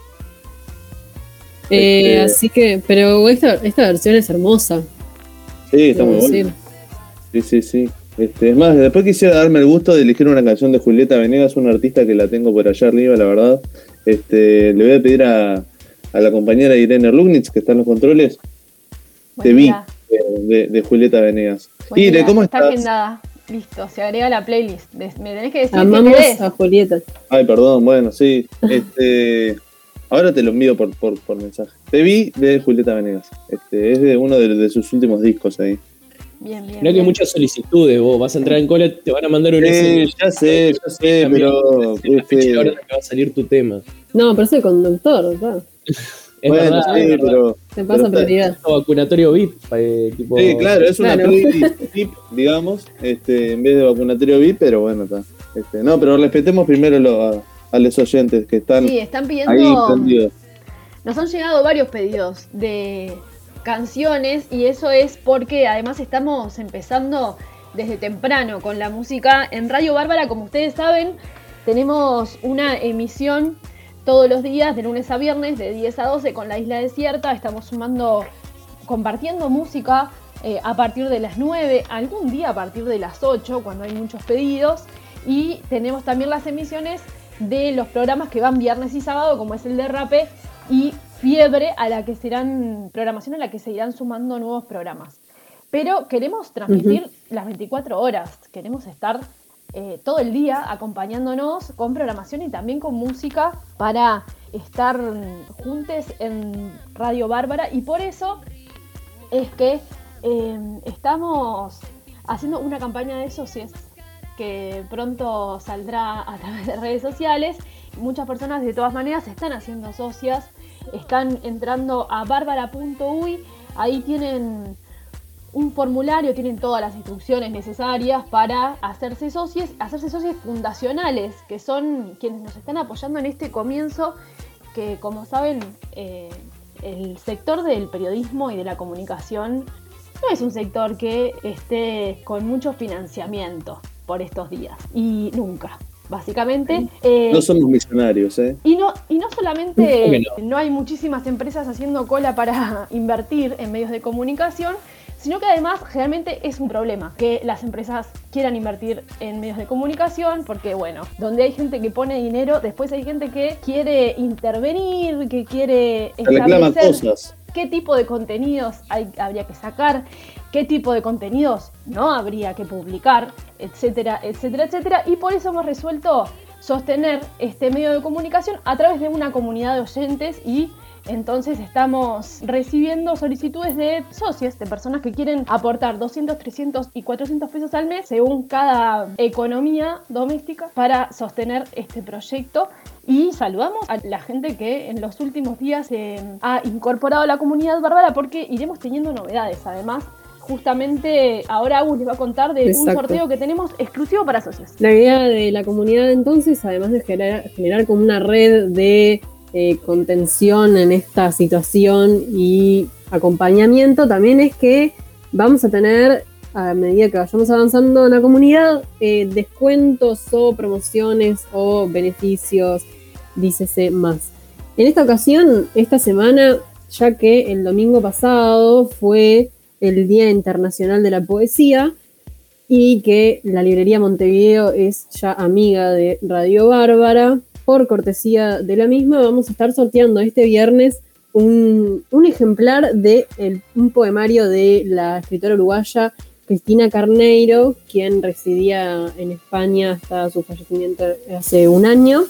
Así que, pero esta versión es hermosa. Sí, está muy buena. Sí. Es más, después quisiera darme el gusto de elegir una canción de Julieta Venegas, una artista que la tengo por allá arriba, la verdad. Le voy a pedir a la compañera Irene Rugnitz, que está en los controles. Te vi de Julieta Venegas. Ire, ¿cómo estás? Está agendada. Listo, se agrega a la playlist. Me tenés que decir amamos qué querés. A Julieta. Ay, perdón, bueno, sí. Ahora te lo envío por mensaje. Te vi de Julieta Venegas. Es de uno de sus últimos discos ahí. Bien. Mirá que hay muchas solicitudes, vos vas a entrar en cola, te van a mandar un ya sé, pero... La fecha ahora te va a salir tu tema. No, pero soy conductor, ¿verdad? Bueno, sí, pero... Te pasa prioridad. Vacunatorio VIP. Tipo... Sí, claro, es una playlist VIP, digamos, en vez de vacunatorio VIP, pero bueno, está. No, pero respetemos primero a los oyentes que están, están pidiendo, ahí prendidos. Nos han llegado varios pedidos de canciones y eso es porque además estamos empezando desde temprano con la música en Radio Bárbara. Como ustedes saben, tenemos una emisión todos los días de lunes a viernes de 10 a 12 con La Isla Desierta. Estamos compartiendo música a partir de las 9, algún día a partir de las 8 cuando hay muchos pedidos, y tenemos también las emisiones de los programas que van viernes y sábado, como es el Derrape y Fiebre, programación a la que se irán sumando nuevos programas. Pero queremos transmitir las 24 horas, queremos estar todo el día acompañándonos con programación y también con música para estar juntos en Radio Bárbara, y por eso es que estamos haciendo una campaña de socios que pronto saldrá a través de redes sociales. Muchas personas de todas maneras están haciendo socias, están entrando a barbara.uy, ahí tienen un formulario, tienen todas las instrucciones necesarias para hacerse socios fundacionales, que son quienes nos están apoyando en este comienzo, que como saben, el sector del periodismo y de la comunicación no es un sector que esté con mucho financiamiento por estos días, y nunca, básicamente. No somos millonarios, Y no solamente no hay muchísimas empresas haciendo cola para invertir en medios de comunicación, sino que además realmente es un problema que las empresas quieran invertir en medios de comunicación, porque bueno, donde hay gente que pone dinero, después hay gente que quiere intervenir, que quiere establecer qué tipo de contenidos habría que sacar, qué tipo de contenidos no habría que publicar, etcétera, etcétera, etcétera. Y por eso hemos resuelto sostener este medio de comunicación a través de una comunidad de oyentes, y entonces estamos recibiendo solicitudes de socios, de personas que quieren aportar 200, 300 y 400 pesos al mes según cada economía doméstica para sostener este proyecto. Y saludamos a la gente que en los últimos días se ha incorporado a la comunidad bárbara, porque iremos teniendo novedades. Además, justamente ahora Agus les va a contar de un sorteo que tenemos exclusivo para socios. La idea de la comunidad entonces, además de generar como una red de contención en esta situación y acompañamiento, también es que vamos a tener, a medida que vayamos avanzando en la comunidad, descuentos o promociones o beneficios, dícese más. En esta ocasión, esta semana, ya que el domingo pasado fue el Día Internacional de la Poesía y que la librería Montevideo es ya amiga de Radio Bárbara, por cortesía de la misma, vamos a estar sorteando este viernes un ejemplar de un poemario de la escritora uruguaya Cristina Carneiro, quien residía en España hasta su fallecimiento hace un año.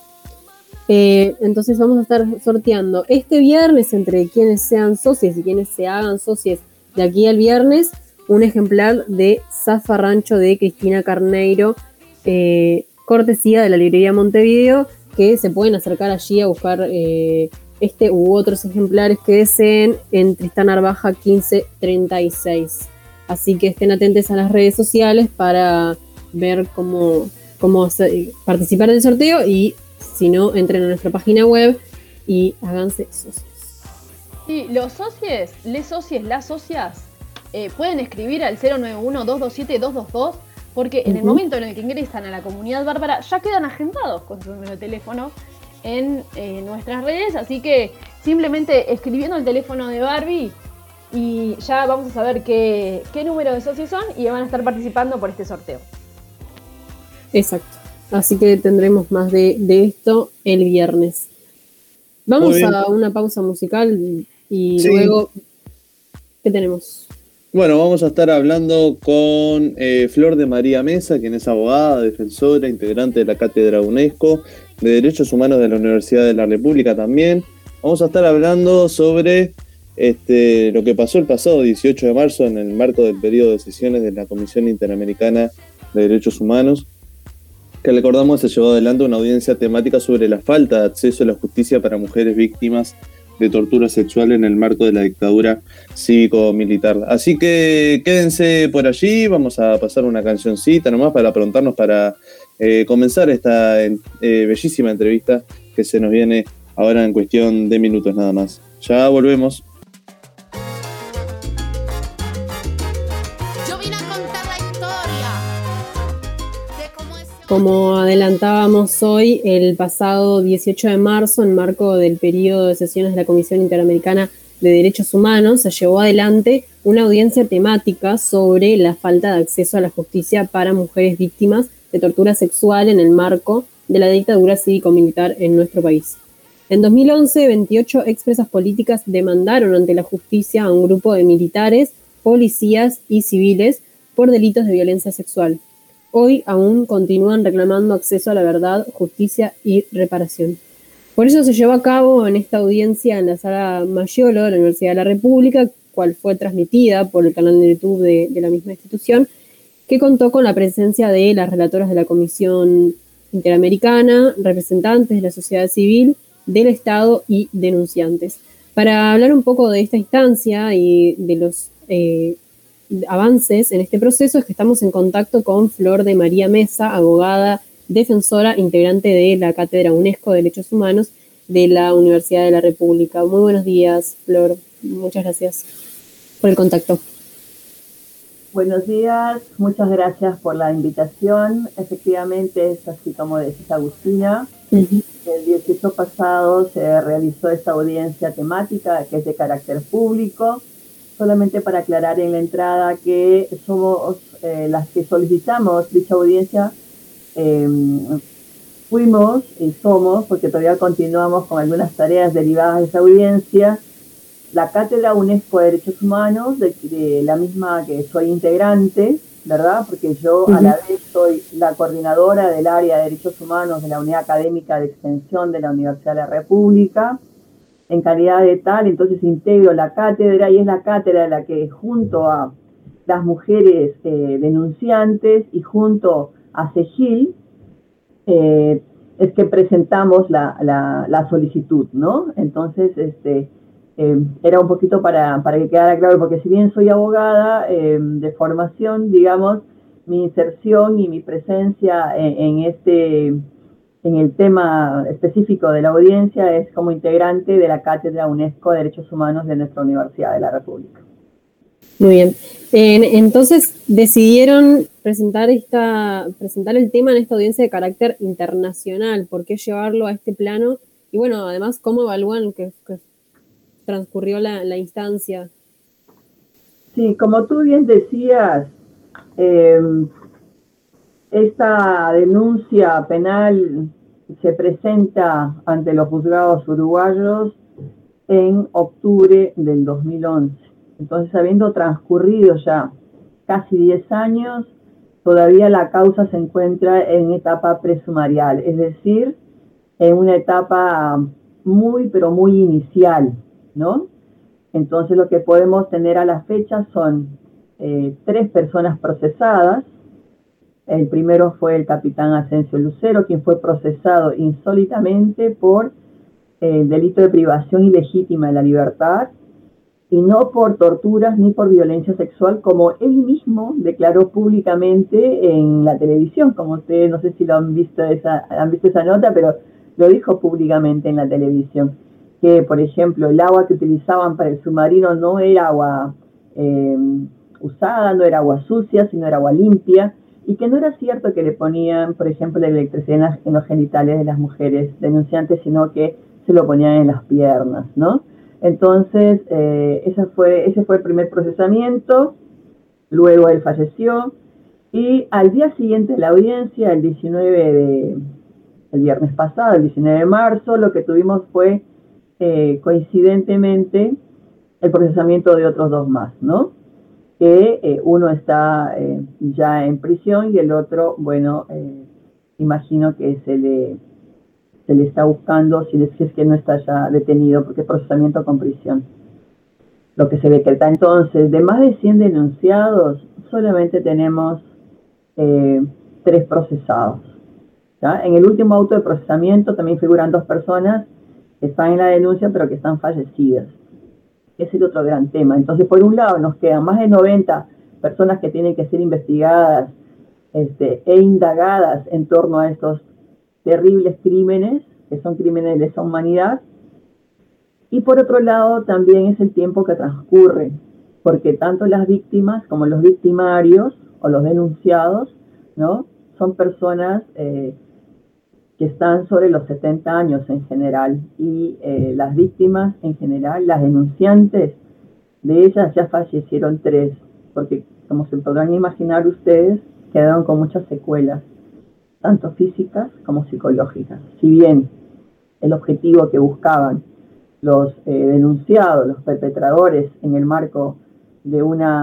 Entonces vamos a estar sorteando este viernes, entre quienes sean socios y quienes se hagan socios de aquí al viernes, un ejemplar de Zafarrancho de Cristina Carneiro, cortesía de la librería Montevideo, que se pueden acercar allí a buscar este u otros ejemplares que deseen en Tristán Arbaja 1536. Así que estén atentos a las redes sociales para ver cómo participar del sorteo, y si no, entren a nuestra página web y háganse socios. Sí, los socios, les socios, las socias pueden escribir al 091-227-222, porque en el momento en el que ingresan a la comunidad bárbara ya quedan agendados con su número de teléfono en nuestras redes, así que simplemente escribiendo el teléfono de Barbie y ya vamos a saber qué número de socios son y van a estar participando por este sorteo. Exacto, así que tendremos más de esto el viernes. Vamos a una pausa musical y luego, ¿qué tenemos? Bueno, vamos a estar hablando con Flor de María Mesa, quien es abogada, defensora, integrante de la Cátedra UNESCO de Derechos Humanos de la Universidad de la República también. Vamos a estar hablando sobre lo que pasó el pasado 18 de marzo en el marco del periodo de sesiones de la Comisión Interamericana de Derechos Humanos, que recordamos se llevó adelante una audiencia temática sobre la falta de acceso a la justicia para mujeres víctimas de tortura sexual en el marco de la dictadura cívico-militar. Así que quédense por allí, vamos a pasar una cancioncita nomás para preguntarnos para comenzar esta bellísima entrevista que se nos viene ahora en cuestión de minutos nada más. Ya volvemos. Como adelantábamos hoy, el pasado 18 de marzo, en marco del periodo de sesiones de la Comisión Interamericana de Derechos Humanos, se llevó adelante una audiencia temática sobre la falta de acceso a la justicia para mujeres víctimas de tortura sexual en el marco de la dictadura cívico-militar en nuestro país. En 2011, 28 expresas políticas demandaron ante la justicia a un grupo de militares, policías y civiles por delitos de violencia sexual. Hoy aún continúan reclamando acceso a la verdad, justicia y reparación. Por eso se llevó a cabo en esta audiencia en la Sala Maggiolo de la Universidad de la República, cual fue transmitida por el canal de YouTube de la misma institución, que contó con la presencia de las relatoras de la Comisión Interamericana, representantes de la sociedad civil, del Estado y denunciantes. Para hablar un poco de esta instancia y de los avances en este proceso es que estamos en contacto con Flor de María Mesa, abogada, defensora, integrante de la Cátedra UNESCO de Derechos Humanos de la Universidad de la República. Muy buenos días, Flor. Muchas gracias por el contacto. Buenos días, muchas gracias por la invitación. Efectivamente, es así como decís, Agustina. Uh-huh. El 18 pasado se realizó esta audiencia temática que es de carácter público. Solamente para aclarar en la entrada que somos las que solicitamos dicha audiencia, fuimos y somos, porque todavía continuamos con algunas tareas derivadas de esa audiencia, la Cátedra UNESCO de Derechos Humanos, de la misma que soy integrante, ¿verdad? Porque yo a la vez soy la coordinadora del área de Derechos Humanos de la Unidad Académica de Extensión de la Universidad de la República. En calidad de tal, entonces integro la cátedra y es la cátedra la que junto a las mujeres denunciantes y junto a CEGIL es que presentamos la solicitud, ¿no? Entonces, era un poquito para que quedara claro, porque si bien soy abogada de formación, digamos, mi inserción y mi presencia en el tema específico de la audiencia es como integrante de la Cátedra UNESCO de Derechos Humanos de nuestra Universidad de la República. Muy bien. Entonces decidieron presentar el tema en esta audiencia de carácter internacional. ¿Por qué llevarlo a este plano? Y bueno, además, ¿cómo evalúan que transcurrió la instancia? Sí, como tú bien decías, esta denuncia penal se presenta ante los juzgados uruguayos en octubre del 2011. Entonces, habiendo transcurrido ya casi 10 años, todavía la causa se encuentra en etapa presumarial, es decir, en una etapa muy, pero muy inicial, ¿no? Entonces, lo que podemos tener a la fecha son 3 personas procesadas. El primero fue el capitán Asensio Lucero, quien fue procesado insólitamente por delito de privación ilegítima de la libertad y no por torturas ni por violencia sexual, como él mismo declaró públicamente en la televisión. Como ustedes, no sé si lo han visto esa nota, pero lo dijo públicamente en la televisión, que por ejemplo el agua que utilizaban para el submarino no era agua usada, no era agua sucia, sino era agua limpia, y que no era cierto que le ponían, por ejemplo, la electricidad en los genitales de las mujeres denunciantes, sino que se lo ponían en las piernas, ¿no? Entonces, ese fue el primer procesamiento. Luego él falleció, y al día siguiente de la audiencia, el viernes pasado, el 19 de marzo, lo que tuvimos fue, coincidentemente, el procesamiento de otros 2 más, ¿no? Que uno está ya en prisión y el otro, bueno, imagino que se le está buscando si es que no está ya detenido, porque es procesamiento con prisión. Lo que se decreta entonces, de más de 100 denunciados, solamente tenemos 3 procesados, ¿ya? En el último auto de procesamiento también figuran 2 personas que están en la denuncia, pero que están fallecidas. Es el otro gran tema. Entonces, por un lado, nos quedan más de 90 personas que tienen que ser investigadas e indagadas en torno a estos terribles crímenes, que son crímenes de lesa humanidad. Y por otro lado, también es el tiempo que transcurre, porque tanto las víctimas como los victimarios o los denunciados, ¿no? Son personas que están sobre los 70 años en general, y las víctimas en general, las denunciantes, de ellas ya fallecieron 3, porque como se podrán imaginar ustedes, quedaron con muchas secuelas, tanto físicas como psicológicas. Si bien el objetivo que buscaban los denunciados, los perpetradores, en el marco de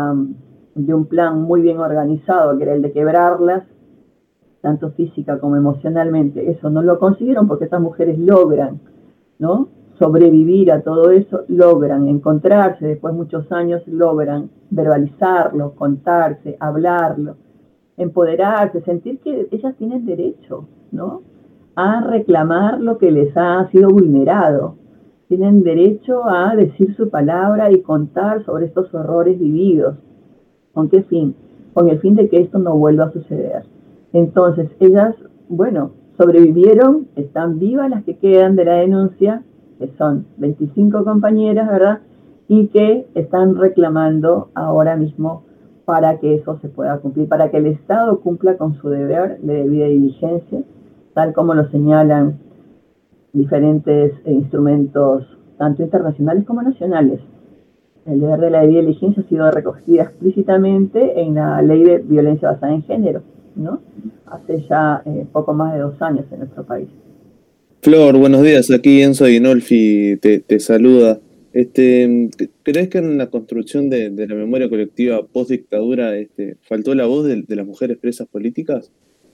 un plan muy bien organizado, que era el de quebrarlas, tanto física como emocionalmente, eso no lo consiguieron, porque estas mujeres logran, ¿no?, sobrevivir a todo eso, logran encontrarse después de muchos años, logran verbalizarlo, contarse, hablarlo, empoderarse, sentir que ellas tienen derecho, ¿no?, a reclamar lo que les ha sido vulnerado. Tienen derecho a decir su palabra y contar sobre estos horrores vividos. ¿Con qué fin? Con el fin de que esto no vuelva a suceder. Entonces, ellas, bueno, sobrevivieron, están vivas las que quedan de la denuncia, que son 25 compañeras, ¿verdad?, y que están reclamando ahora mismo para que eso se pueda cumplir, para que el Estado cumpla con su deber de debida diligencia, tal como lo señalan diferentes instrumentos, tanto internacionales como nacionales. El deber de la debida diligencia ha sido recogida explícitamente en la Ley de Violencia Basada en Género, ¿no?, hace ya poco más de 2 años en nuestro país. Flor, buenos días. Aquí Enzo Dinolfi te saluda. ¿Crees que en la construcción de la memoria colectiva post-dictadura faltó la voz de las mujeres presas políticas?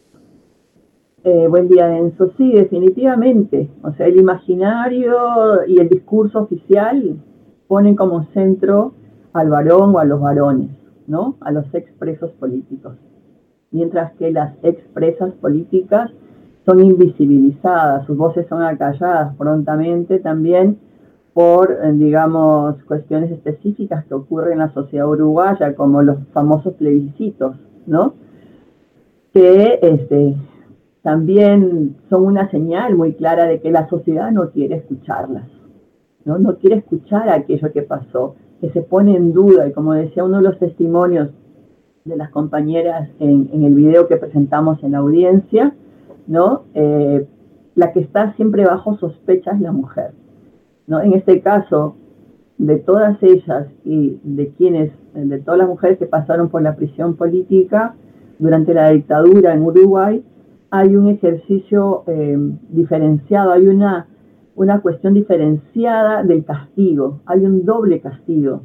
Buen día, Enzo. Sí, definitivamente. O sea, el imaginario y el discurso oficial ponen como centro al varón o a los varones, ¿no?, a los expresos políticos. Mientras que las expresas políticas son invisibilizadas, sus voces son acalladas prontamente también por, digamos, cuestiones específicas que ocurren en la sociedad uruguaya, como los famosos plebiscitos, ¿no?, que también son una señal muy clara de que la sociedad no quiere escucharlas, no quiere escuchar aquello que pasó, que se pone en duda, y como decía uno de los testimonios de las compañeras en el video que presentamos en la audiencia, ¿no?, la que está siempre bajo sospecha es la mujer, ¿no? En este caso, de todas ellas y de todas las mujeres que pasaron por la prisión política durante la dictadura en Uruguay, hay un ejercicio diferenciado, hay una cuestión diferenciada del castigo, hay un doble castigo.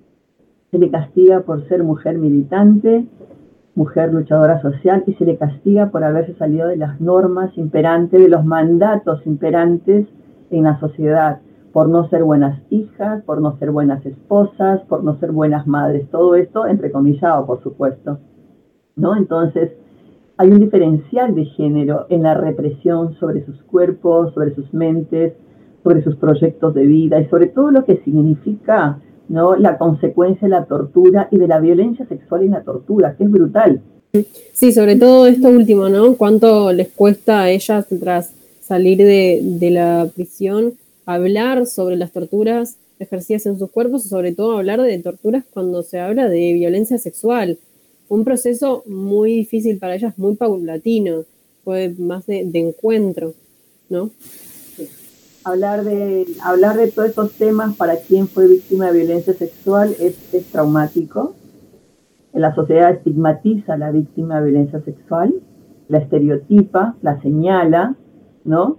Se le castiga por ser mujer militante, mujer luchadora social, y se le castiga por haberse salido de las normas imperantes, de los mandatos imperantes en la sociedad, por no ser buenas hijas, por no ser buenas esposas, por no ser buenas madres, todo esto entrecomillado, por supuesto, ¿no? Entonces, hay un diferencial de género en la represión sobre sus cuerpos, sobre sus mentes, sobre sus proyectos de vida, y sobre todo lo que significa, ¿no?, la consecuencia de la tortura y de la violencia sexual en la tortura, que es brutal. Sí, sobre todo esto último, ¿no? ¿Cuánto les cuesta a ellas, tras salir de la prisión, hablar sobre las torturas ejercidas en sus cuerpos, y sobre todo hablar de torturas cuando se habla de violencia sexual? Fue un proceso muy difícil para ellas, muy paulatino, fue más de encuentro, ¿no? Sí. Hablar de todos estos temas para quien fue víctima de violencia sexual es traumático. La sociedad estigmatiza a la víctima de violencia sexual, la estereotipa, la señala, ¿no?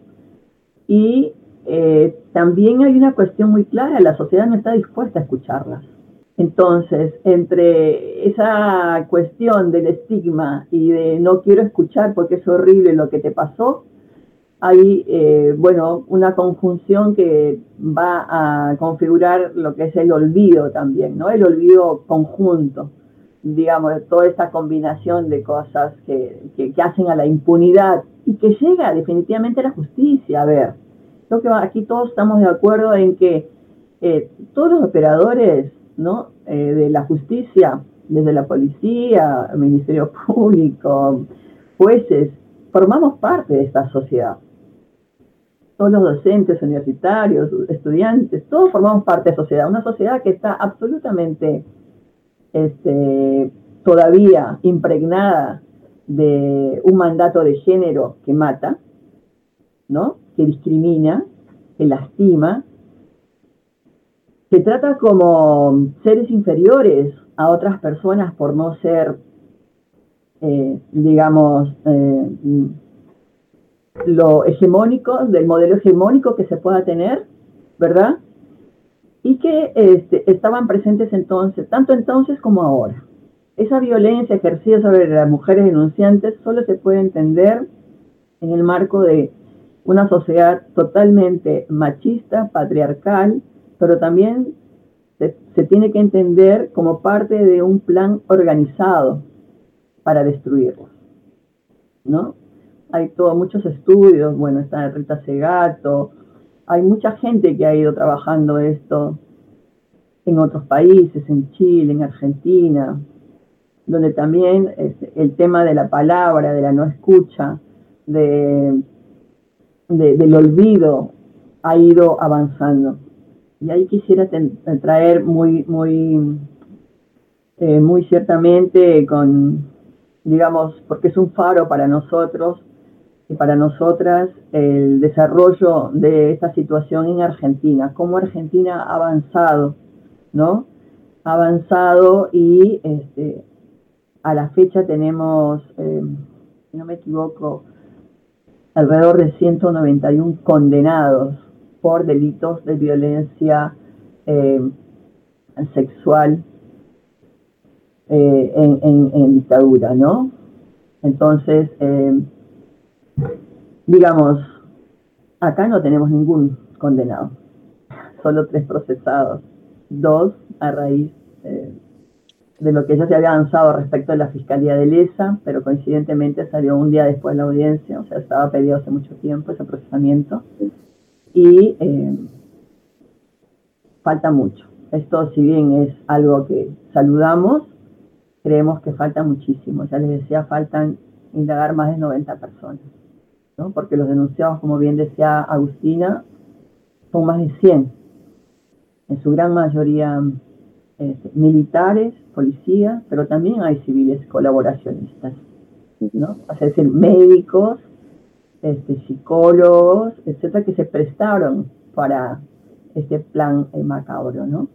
Y también hay una cuestión muy clara, la sociedad no está dispuesta a escucharlas. Entonces, entre esa cuestión del estigma y de no quiero escuchar porque es horrible lo que te pasó, hay, una conjunción que va a configurar lo que es el olvido también, ¿no? El olvido conjunto, digamos, de toda esta combinación de cosas que hacen a la impunidad y que llega definitivamente a la justicia. A ver, creo que aquí todos estamos de acuerdo en que todos los operadores, ¿no?, de la justicia desde la policía, el Ministerio Público, jueces, formamos parte de esta sociedad. Todos los docentes, universitarios, estudiantes, todos formamos parte de la sociedad. Una sociedad que está absolutamente todavía impregnada de un mandato de género que mata, ¿no? Que discrimina, que lastima, que trata como seres inferiores a otras personas por no ser, lo hegemónico, del modelo hegemónico que se pueda tener, ¿verdad? Y que estaban presentes entonces, tanto entonces como ahora. Esa violencia ejercida sobre las mujeres denunciantes solo se puede entender en el marco de una sociedad totalmente machista, patriarcal, pero también se tiene que entender como parte de un plan organizado para destruirlos, ¿no? Hay muchos estudios, bueno, está Rita Segato, hay mucha gente que ha ido trabajando esto en otros países, en Chile, en Argentina, donde también el tema de la palabra, de la no escucha, del olvido ha ido avanzando. Y ahí quisiera traer muy ciertamente porque es un faro para nosotros y para nosotras el desarrollo de esta situación en Argentina, cómo Argentina ha avanzado, ¿no? Ha avanzado y a la fecha tenemos, si no me equivoco, alrededor de 191 condenados por delitos de violencia sexual en dictadura, ¿no? Entonces, acá no tenemos ningún condenado, solo 3 procesados, 2 a raíz de lo que ya se había avanzado respecto de la Fiscalía de Lesa, pero coincidentemente salió un día después de la audiencia, o sea, estaba pedido hace mucho tiempo ese procesamiento, y falta mucho. Esto, si bien es algo que saludamos, creemos que falta muchísimo. Ya les decía, faltan indagar más de 90 personas, ¿no? Porque los denunciados, como bien decía Agustina, son más de 100, en su gran mayoría militares, policías, pero también hay civiles colaboracionistas, ¿no? Es decir, médicos, psicólogos, etcétera, que se prestaron para este plan macabro, ¿no?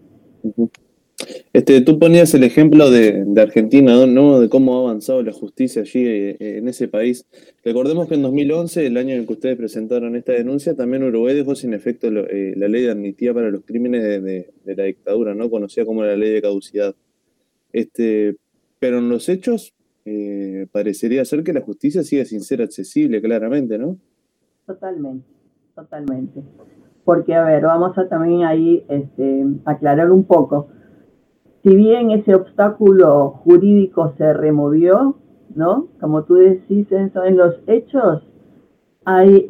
Tú ponías el ejemplo de Argentina, ¿no? De cómo ha avanzado la justicia allí en ese país. Recordemos que en 2011, el año en que ustedes presentaron esta denuncia, también Uruguay dejó sin efecto la ley de amnistía para los crímenes de la dictadura, ¿no? Conocida como la ley de caducidad. Pero en los hechos parecería ser que la justicia sigue sin ser accesible, claramente, ¿no? Totalmente. Porque, a ver, vamos a también ahí aclarar un poco. Si bien ese obstáculo jurídico se removió, ¿no? Como tú decís, en los hechos hay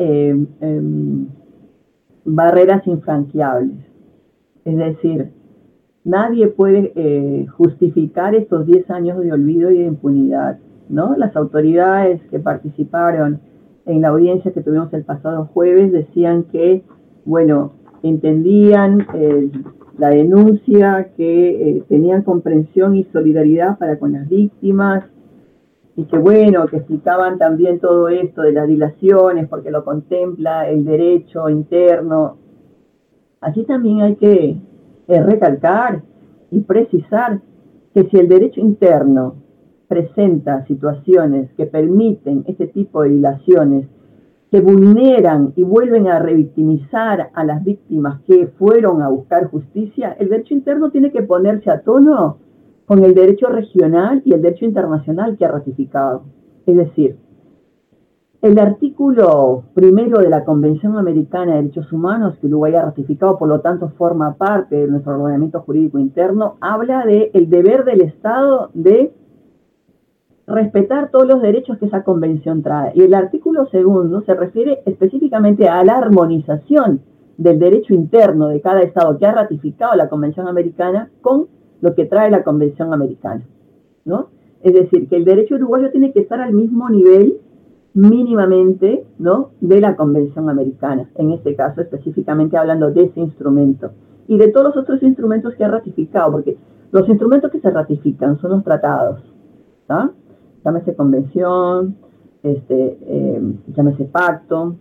barreras infranqueables. Es decir, nadie puede justificar estos 10 años de olvido y de impunidad, ¿no? Las autoridades que participaron en la audiencia que tuvimos el pasado jueves decían que, bueno, entendían la denuncia, que tenían comprensión y solidaridad para con las víctimas, y que bueno, que explicaban también todo esto de las dilaciones, porque lo contempla el derecho interno. Allí también hay que recalcar y precisar que si el derecho interno presenta situaciones que permiten este tipo de dilaciones, que vulneran y vuelven a revictimizar a las víctimas que fueron a buscar justicia, el derecho interno tiene que ponerse a tono con el derecho regional y el derecho internacional que ha ratificado. Es decir, el artículo 1 de la Convención Americana de Derechos Humanos, que Uruguay ha ratificado, por lo tanto forma parte de nuestro ordenamiento jurídico interno, habla del deber del Estado de respetar todos los derechos que esa convención trae. Y el artículo 2 se refiere específicamente a la armonización del derecho interno de cada Estado que ha ratificado la Convención Americana con lo que trae la Convención Americana. ¿no? Es decir, que el derecho uruguayo tiene que estar al mismo nivel mínimamente, ¿no?, de la Convención Americana, en este caso específicamente hablando de ese instrumento y de todos los otros instrumentos que ha ratificado, porque los instrumentos que se ratifican son los tratados, ¿tá? Llámese convención, llámese pacto.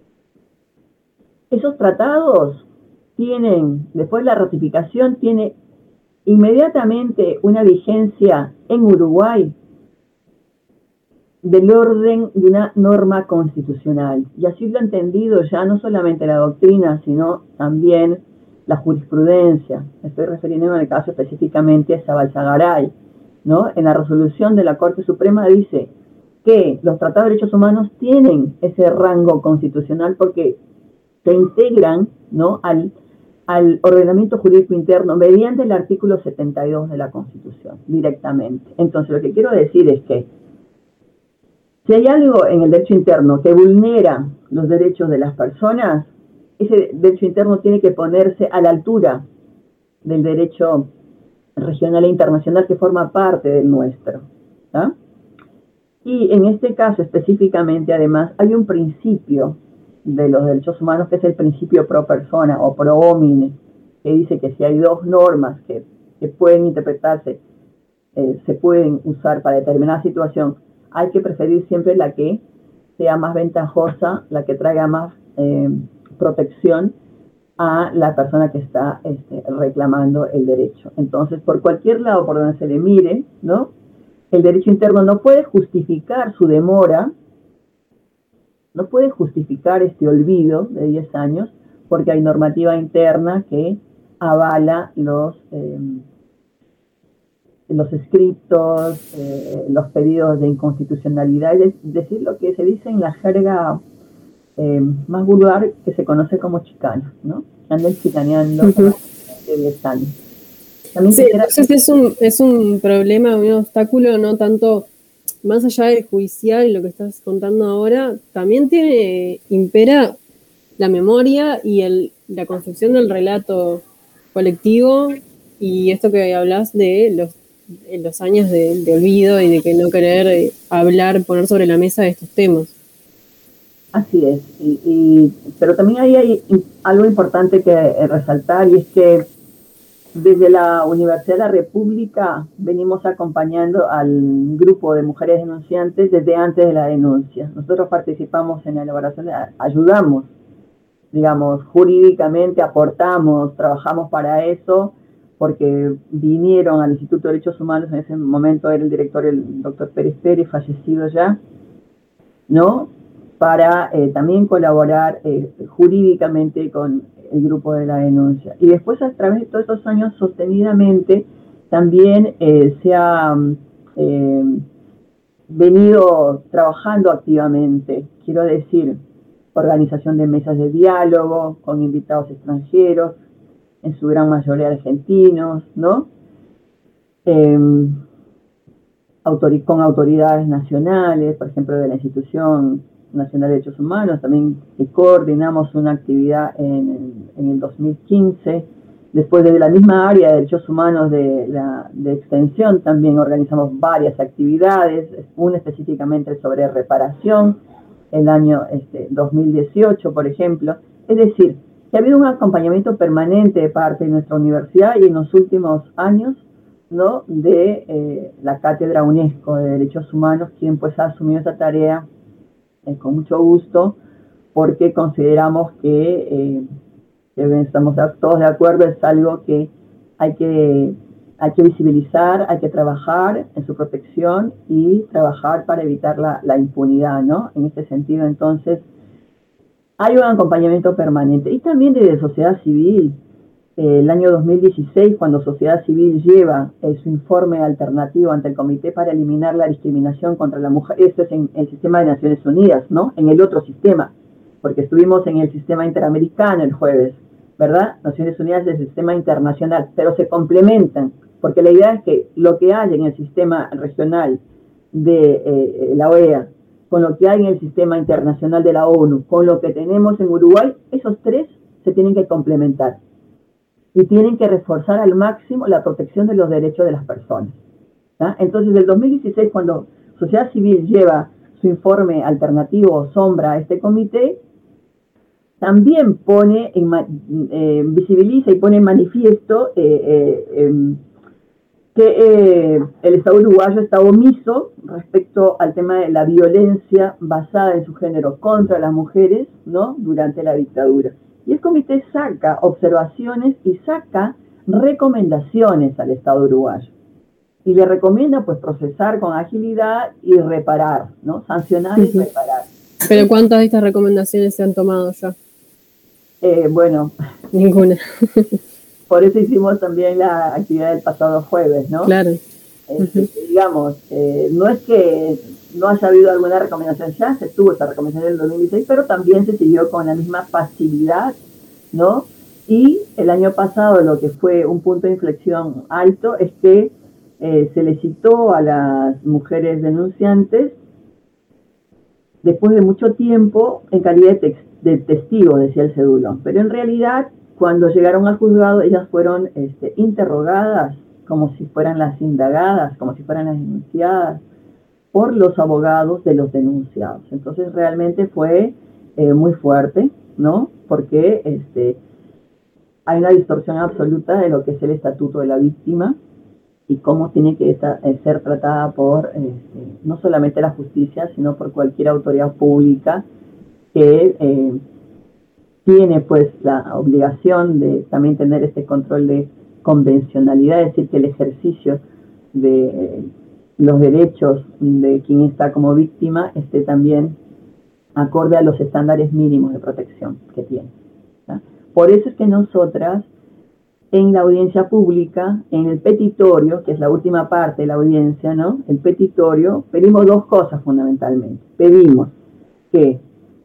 Esos tratados tienen, después de la ratificación, tiene inmediatamente una vigencia en Uruguay del orden de una norma constitucional. Y así lo ha entendido ya no solamente la doctrina, sino también la jurisprudencia. Estoy refiriendo en el caso específicamente a Zabalzagaray, ¿no? En la resolución de la Corte Suprema dice que los tratados de derechos humanos tienen ese rango constitucional porque se integran, ¿no?, al ordenamiento jurídico interno mediante el artículo 72 de la Constitución, directamente. Entonces, lo que quiero decir es que si hay algo en el derecho interno que vulnera los derechos de las personas, ese derecho interno tiene que ponerse a la altura del derecho regional e internacional que forma parte del nuestro, ¿tá? Y en este caso específicamente, además, hay un principio de los derechos humanos que es el principio pro persona o pro homine, que dice que si hay dos normas que pueden interpretarse, se pueden usar para determinada situación, hay que preferir siempre la que sea más ventajosa, la que traiga más protección a la persona que está reclamando el derecho. Entonces, por cualquier lado por donde se le mire, ¿no?, el derecho interno no puede justificar su demora, no puede justificar este olvido de 10 años, porque hay normativa interna que avala los escritos, los pedidos de inconstitucionalidad, es decir, lo que se dice en la jerga más vulgar, que se conoce como chicana, ¿no? Andan chicaneando de 10 años. Sí, entonces es un problema, un obstáculo, no tanto más allá del judicial y lo que estás contando ahora, también impera la memoria y la construcción del relato colectivo, y esto que hablas de los años de olvido y de que no querer poner sobre la mesa estos temas. Así es, pero también ahí hay algo importante que resaltar, y es que desde la Universidad de la República venimos acompañando al grupo de mujeres denunciantes desde antes de la denuncia. Nosotros participamos en la elaboración, ayudamos, digamos, jurídicamente, aportamos, trabajamos para eso, porque vinieron al Instituto de Derechos Humanos, en ese momento era el director el doctor Pérez Pérez, fallecido ya, ¿no?, para también colaborar jurídicamente con el grupo de la denuncia. Y después, a través de todos estos años, sostenidamente, también se ha venido trabajando activamente, quiero decir, organización de mesas de diálogo con invitados extranjeros, en su gran mayoría argentinos, ¿no? Con autoridades nacionales, por ejemplo, de la Institución Nacional de Derechos Humanos, también coordinamos una actividad en el 2015, después de la misma área de derechos humanos de extensión, también organizamos varias actividades, una específicamente sobre reparación, el año 2018, por ejemplo. Es decir, que ha habido un acompañamiento permanente de parte de nuestra universidad y en los últimos años, ¿no?, de la Cátedra UNESCO de Derechos Humanos, quien pues ha asumido esta tarea con mucho gusto, porque consideramos que estamos todos de acuerdo, es algo que hay que visibilizar, hay que trabajar en su protección y trabajar para evitar la impunidad, ¿no? En este sentido, entonces, hay un acompañamiento permanente. Y también desde sociedad civil, el año 2016, cuando Sociedad Civil lleva su informe alternativo ante el Comité para eliminar la discriminación contra la mujer, esto es en el sistema de Naciones Unidas, ¿no?, en el otro sistema, porque estuvimos en el sistema interamericano el jueves, ¿verdad? Naciones Unidas es el sistema internacional, pero se complementan, porque la idea es que lo que hay en el sistema regional de la OEA, con lo que hay en el sistema internacional de la ONU, con lo que tenemos en Uruguay, esos tres se tienen que complementar y tienen que reforzar al máximo la protección de los derechos de las personas. ¿tá? Entonces, del 2016, cuando Sociedad Civil lleva su informe alternativo o sombra a este comité, también pone visibiliza y pone en manifiesto que el Estado uruguayo está omiso respecto al tema de la violencia basada en su género contra las mujeres, ¿no?, durante la dictadura. Y el comité saca observaciones y saca recomendaciones al Estado uruguayo. Y le recomienda, pues, procesar con agilidad y reparar, ¿no? Sancionar y reparar. ¿Pero cuántas de estas recomendaciones se han tomado ya? Bueno. Ninguna. Por eso hicimos también la actividad del pasado jueves, ¿no? Claro. Digamos, no es que no haya habido alguna recomendación, ya se tuvo esa recomendación en el 2016, pero también se siguió con la misma pasividad, ¿no? Y el año pasado lo que fue un punto de inflexión alto es que se le citó a las mujeres denunciantes después de mucho tiempo en calidad de testigo, decía el cédulo, pero en realidad cuando llegaron al juzgado ellas fueron interrogadas como si fueran las indagadas, como si fueran las denunciadas por los abogados de los denunciados. Entonces realmente fue muy fuerte, ¿no? Porque hay una distorsión absoluta de lo que es el estatuto de la víctima y cómo tiene que ser tratada por no solamente la justicia, sino por cualquier autoridad pública que tiene pues la obligación de también tener este control de convencionalidad, es decir, que el ejercicio de los derechos de quien está como víctima esté también acorde a los estándares mínimos de protección que tiene, ¿tá? Por eso es que nosotras en la audiencia pública, en el petitorio, que es la última parte de la audiencia, ¿no?, el petitorio, pedimos dos cosas fundamentalmente. Pedimos que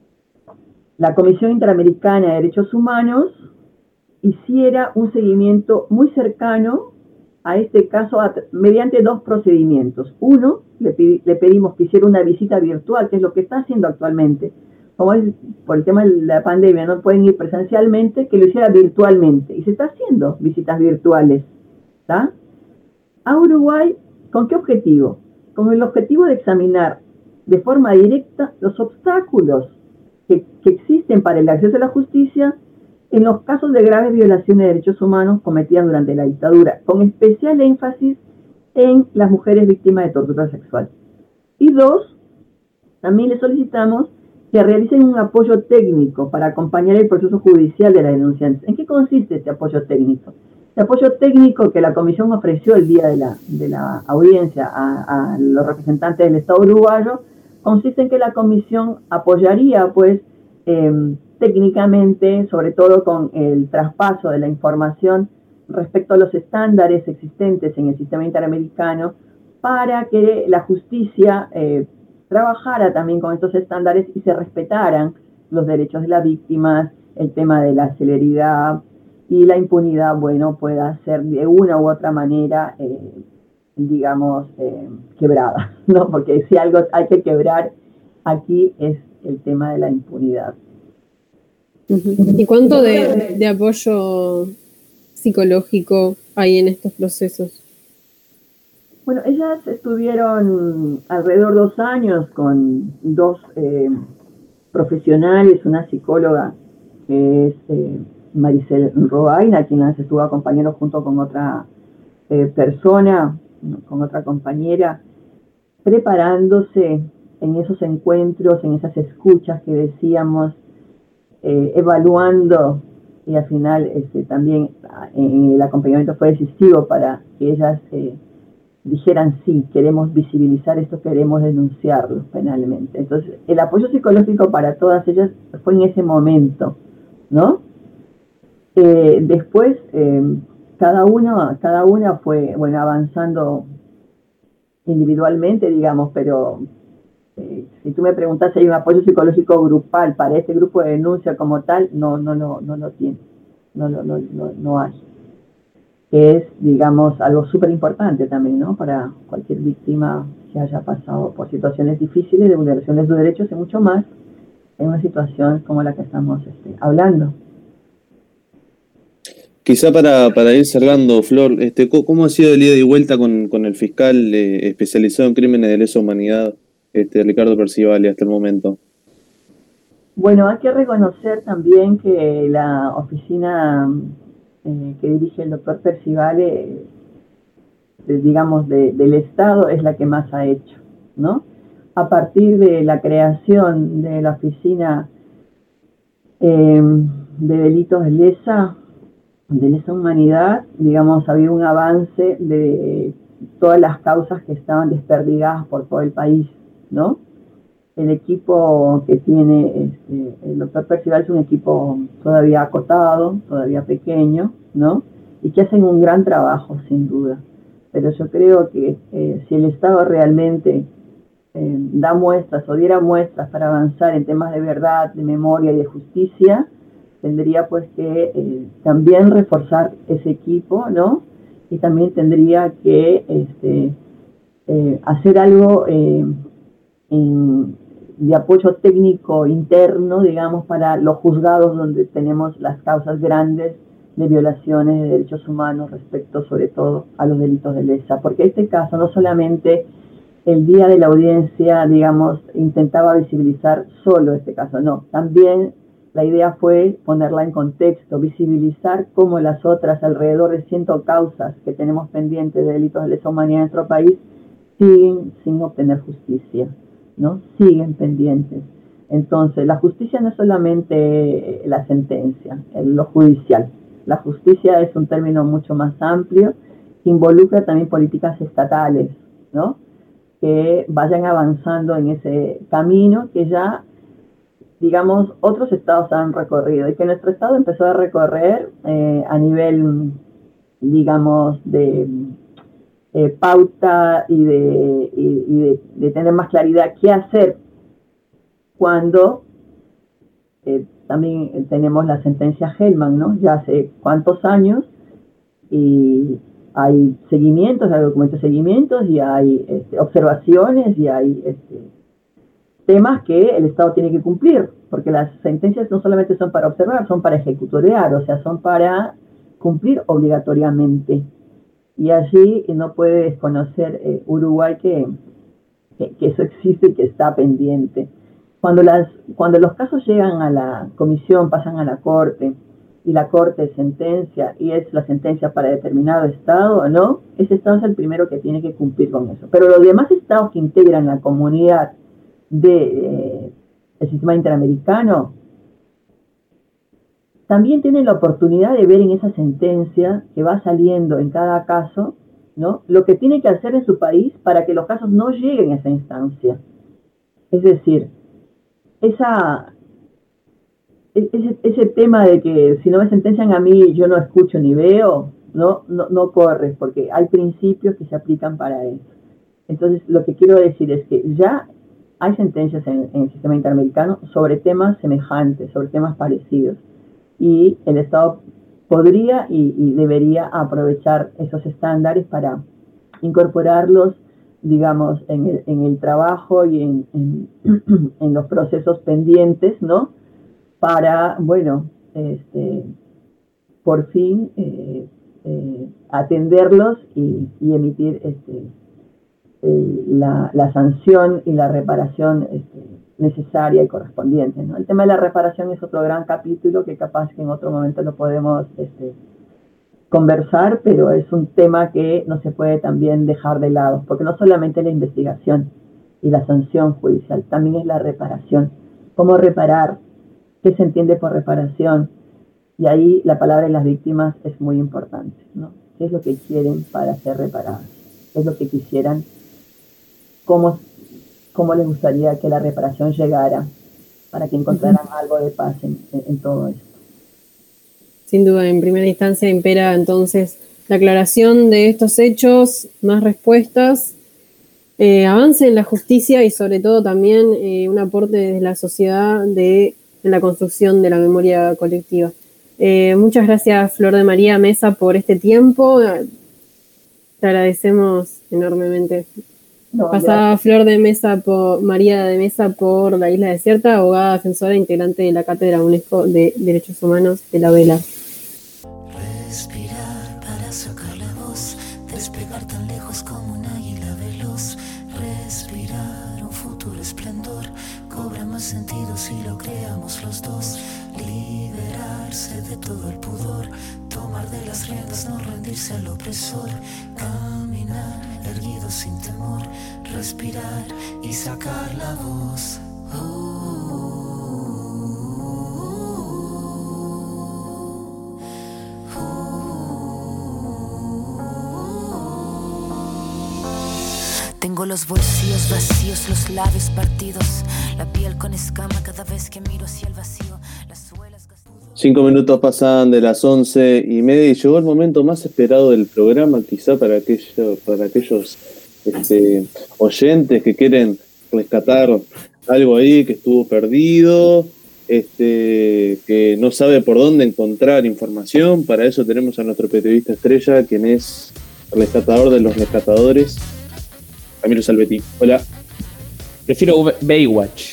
la Comisión Interamericana de Derechos Humanos hiciera un seguimiento muy cercano a este caso mediante dos procedimientos. Uno, le pedimos que hiciera una visita virtual, que es lo que está haciendo actualmente. Como es por el tema de la pandemia, no pueden ir presencialmente, que lo hiciera virtualmente. Y se está haciendo visitas virtuales, ¿tá?, a Uruguay. ¿Con qué objetivo? Con el objetivo de examinar de forma directa los obstáculos que existen para el acceso a la justicia en los casos de graves violaciones de derechos humanos cometidas durante la dictadura, con especial énfasis en las mujeres víctimas de tortura sexual. Y dos, también le solicitamos que realicen un apoyo técnico para acompañar el proceso judicial de la denunciante. ¿En qué consiste este apoyo técnico? Este apoyo técnico que la Comisión ofreció el día de la audiencia a los representantes del Estado uruguayo consiste en que la Comisión apoyaría, pues, técnicamente, sobre todo con el traspaso de la información respecto a los estándares existentes en el sistema interamericano, para que la justicia trabajara también con estos estándares y se respetaran los derechos de las víctimas, el tema de la celeridad y la impunidad, bueno, pueda ser de una u otra manera, digamos, quebrada, ¿no? Porque si algo hay que quebrar aquí es el tema de la impunidad. ¿Y cuánto de apoyo psicológico hay en estos procesos? Bueno, ellas estuvieron alrededor de 2 años con dos profesionales, una psicóloga que es Maricel Robaina, a quien las estuvo acompañando junto con otra persona, con otra compañera, preparándose en esos encuentros, en esas escuchas que decíamos, evaluando, y al final también el acompañamiento fue decisivo para que ellas dijeran sí, queremos visibilizar esto, queremos denunciarlo penalmente. Entonces, el apoyo psicológico para todas ellas fue en ese momento, ¿no? Después, cada una fue, bueno, avanzando individualmente, digamos, pero si tú me preguntas si hay un apoyo psicológico grupal para este grupo de denuncia como tal, no lo tiene, no hay. Es, digamos, algo súper importante también, ¿no?, para cualquier víctima que haya pasado por situaciones difíciles de vulneración de sus derechos y mucho más en una situación como la que estamos hablando. Quizá para ir cerrando, Flor, ¿cómo ha sido el ida y vuelta con el fiscal especializado en crímenes de lesa humanidad, Ricardo Percivali, hasta el momento? Bueno, hay que reconocer también que la oficina que dirige el doctor Percivali, digamos, del Estado, es la que más ha hecho, ¿no? A partir de la creación de la oficina de delitos de lesa humanidad, digamos, había un avance de todas las causas que estaban desperdigadas por todo el país, ¿no? El equipo que tiene el doctor Percival es un equipo todavía acotado, todavía pequeño, ¿no? Y que hacen un gran trabajo, sin duda. Pero yo creo que si el Estado realmente da muestras o diera muestras para avanzar en temas de verdad, de memoria y de justicia, tendría pues que también reforzar ese equipo, ¿no? Y también tendría que hacer algo de apoyo técnico interno, digamos, para los juzgados donde tenemos las causas grandes de violaciones de derechos humanos respecto sobre todo a los delitos de lesa. Porque este caso no solamente el día de la audiencia, digamos, intentaba visibilizar solo este caso, no, también la idea fue ponerla en contexto, visibilizar cómo las otras alrededor de 100 causas que tenemos pendientes de delitos de lesa humanidad en nuestro país siguen sin obtener justicia, ¿no? Siguen pendientes. Entonces, la justicia no es solamente la sentencia, lo judicial. La justicia es un término mucho más amplio que involucra también políticas estatales, ¿no? Que vayan avanzando en ese camino que ya, digamos, otros estados han recorrido y que nuestro estado empezó a recorrer a nivel, digamos, de pauta y de tener más claridad qué hacer cuando también tenemos la sentencia Hellman, ¿no? Ya hace cuántos años y hay seguimientos, hay documentos de seguimientos y hay observaciones y hay temas que el Estado tiene que cumplir, porque las sentencias no solamente son para observar, son para ejecutoriar, o sea, son para cumplir obligatoriamente. Y allí no puede desconocer Uruguay que eso existe y que está pendiente. Cuando los casos llegan a la comisión, pasan a la Corte, y la Corte sentencia, y es la sentencia para determinado Estado, ¿no? Ese Estado es el primero que tiene que cumplir con eso. Pero los demás Estados que integran la comunidad del sistema interamericano también tienen la oportunidad de ver en esa sentencia que va saliendo en cada caso, ¿no? Lo que tiene que hacer en su país para que los casos no lleguen a esa instancia. Es decir, ese tema de que si no me sentencian a mí yo no escucho ni veo, no corre, porque hay principios que se aplican para eso. Entonces, lo que quiero decir es que ya hay sentencias en el sistema interamericano sobre temas semejantes, sobre temas parecidos. Y el Estado podría y debería aprovechar esos estándares para incorporarlos, digamos, en el trabajo y en los procesos pendientes, ¿no? Para, bueno, por fin atenderlos y emitir la sanción y la reparación necesaria y correspondiente, ¿no? El tema de la reparación es otro gran capítulo que capaz que en otro momento lo podemos conversar, pero es un tema que no se puede también dejar de lado, porque no solamente la investigación y la sanción judicial, también es la reparación. ¿Cómo reparar? ¿Qué se entiende por reparación? Y ahí la palabra de las víctimas es muy importante, ¿no? ¿Qué es lo que quieren para ser reparadas? ¿Qué es lo que quisieran? ¿Cómo les gustaría que la reparación llegara para que encontraran algo de paz en todo esto? Sin duda, en primera instancia impera entonces la aclaración de estos hechos, más respuestas, avance en la justicia y sobre todo también un aporte desde la sociedad en la construcción de la memoria colectiva. Muchas gracias, Flor de María Mesa, por este tiempo. Te agradecemos enormemente. Pasada Flor de Mesa María de Mesa por la Isla Desierta, abogada defensora integrante de la Cátedra UNESCO de Derechos Humanos de la Vela. deseamos los dos. Liberarse de todo el pudor, tomar de las riendas, no rendirse al opresor. Caminar erguido sin temor, respirar y sacar la voz. Tengo los bolsillos vacíos, los labios partidos, la piel con escama cada vez que miro hacia el vacío, las suelas gastadas. 5 minutos pasan de las 11:30 y llegó el momento más esperado del programa, quizá para aquellos oyentes que quieren rescatar algo ahí que estuvo perdido, que no sabe por dónde encontrar información. Para eso tenemos a nuestro periodista estrella, quien es el rescatador de los rescatadores, Camilo Salvetti. Hola. Prefiero Baywatch.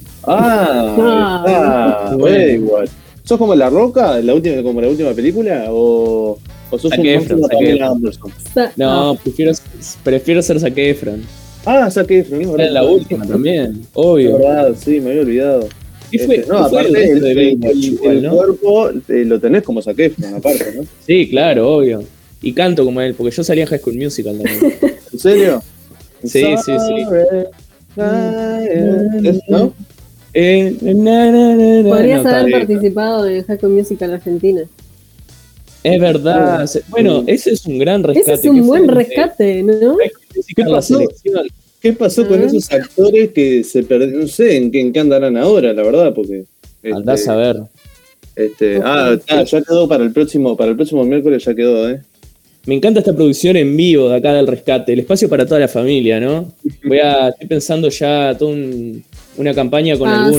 Baywatch. ¿Sos como La Roca, como la última película? ¿O sos Zac un Efron, monstruo Pamela Anderson? No, prefiero ser Zac Efron. Zac Efron, ¿no? Era la última también, obvio. La verdad, sí, me había olvidado. Aparte el cuerpo lo tenés como Zac Efron, aparte, ¿no? Sí, claro, obvio. Y canto como él, porque yo salía en High School Musical también. ¿En serio? Sí. ¿No? Podrías haber participado en High School Musical Argentina. Es verdad. Bueno, ese es un gran rescate. Ese es un buen rescate, ¿no? ¿Qué pasó con esos actores que se perdieron? No sé en qué andarán ahora, la verdad, porque... Andás a ver. Ya quedó para el próximo miércoles, ya quedó, Me encanta esta producción en vivo de acá del rescate, el espacio para toda la familia, ¿no? Estoy pensando ya toda una campaña con algún...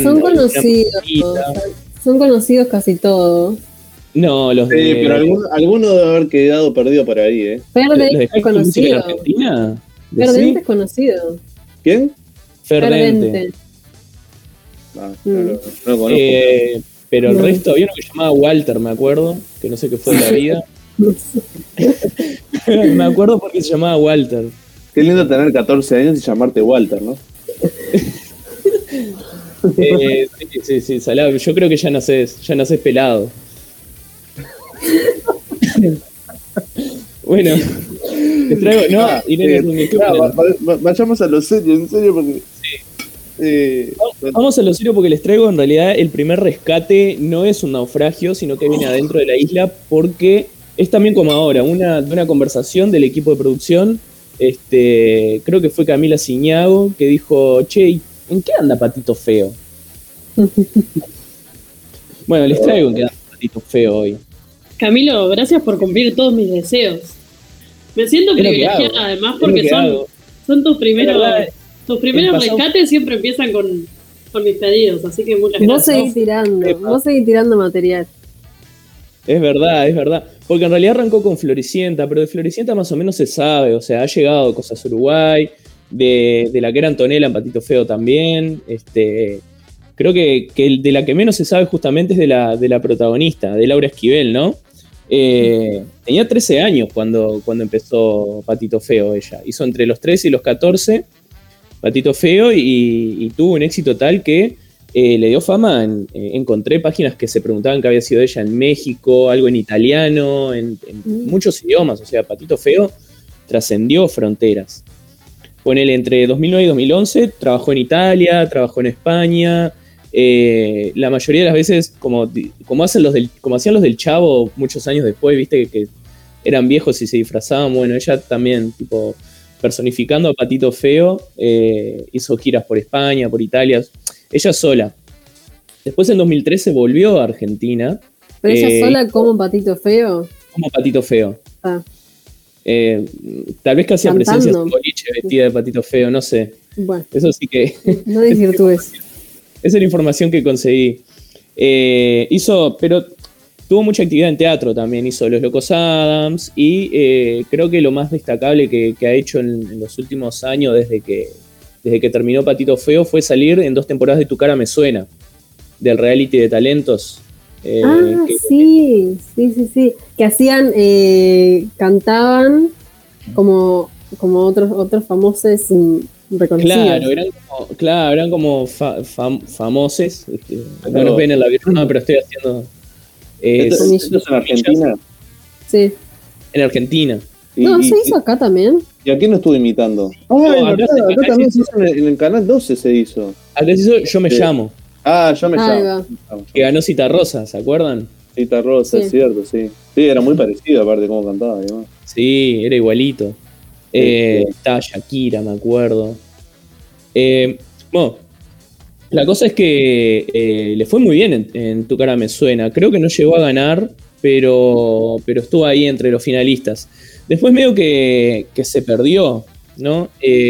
Son conocidos casi todos. No, los de... Sí, pero alguno debe haber quedado perdido por ahí, Ferdente es conocido. Argentina? Ferdente es conocido. ¿Quién? Ferdente. No conozco. Pero el resto, había uno que se llamaba Walter, me acuerdo, que no sé qué fue de la vida. Me acuerdo porque se llamaba Walter. Qué lindo tener 14 años y llamarte Walter, ¿no? Sí, salado. Yo creo que ya nacés pelado. Bueno, les traigo. Vayamos a lo serio, en serio, porque. Vamos a lo serio porque les traigo en realidad el primer rescate. No es un naufragio, sino que viene adentro de la isla porque es también como ahora, de una conversación del equipo de producción. Creo que fue Camila Ciñago que dijo: che, ¿en qué anda Patito Feo? Bueno, les traigo en qué anda Patito Feo hoy. Camilo, gracias por cumplir todos mis deseos. Me siento privilegiada además porque son tus primeros rescates, siempre empiezan con mis pedidos, así que muchas gracias. Vos seguís tirando material. Es verdad. Porque en realidad arrancó con Floricienta, pero de Floricienta más o menos se sabe, o sea, ha llegado Cosas Uruguay, de la que era Antonella en Patito Feo también. Creo que de la que menos se sabe justamente es de la protagonista, de Laura Esquivel, ¿no? Tenía 13 años cuando empezó Patito Feo ella. Hizo entre los 13 y los 14 Patito Feo y tuvo un éxito tal que le dio fama. Encontré páginas que se preguntaban qué había sido ella en México, algo en italiano, en muchos idiomas. O sea, Patito Feo trascendió fronteras. Ponele, entre 2009 y 2011 trabajó en Italia, trabajó en España. La mayoría de las veces, como hacían los del Chavo muchos años después, viste que eran viejos y se disfrazaban. Bueno, ella también, tipo, personificando a Patito Feo, hizo giras por España, por Italia, ella sola. Después en 2013 volvió a Argentina. ¿Pero ella sola como Patito Feo? Como Patito Feo. Tal vez que hacía presencia en boliche vestida de Patito Feo, no sé. Bueno, eso sí que... No desvirtúes. Esa es la información que conseguí. Pero tuvo mucha actividad en teatro también. Hizo Los Locos Adams y creo que lo más destacable que ha hecho en los últimos años desde que terminó Patito Feo fue salir en 2 temporadas de Tu Cara Me Suena, del reality de talentos. Sí. Que hacían, cantaban como otros famosos reconocidos. Eran como famosos. No nos ven en la virtud, pero estoy haciendo... ¿Esto es en Argentina? Sí. En Argentina. ¿Se hizo acá también? ¿Y a quién no estuve imitando? Acá también se hizo en el canal 12 se hizo. Acá se hizo Yo Me Llamo. Yo Me Llamo. Que ganó Citarrosa, ¿se acuerdan? Citarrosa, es cierto, sí. Sí, era muy parecido aparte cómo cantaba. Digamos. Sí, era igualito. Estaba Shakira, me acuerdo. Bueno, la cosa es que le fue muy bien en Tu Cara Me Suena. Creo que no llegó a ganar, pero estuvo ahí entre los finalistas. Después medio que se perdió, ¿no?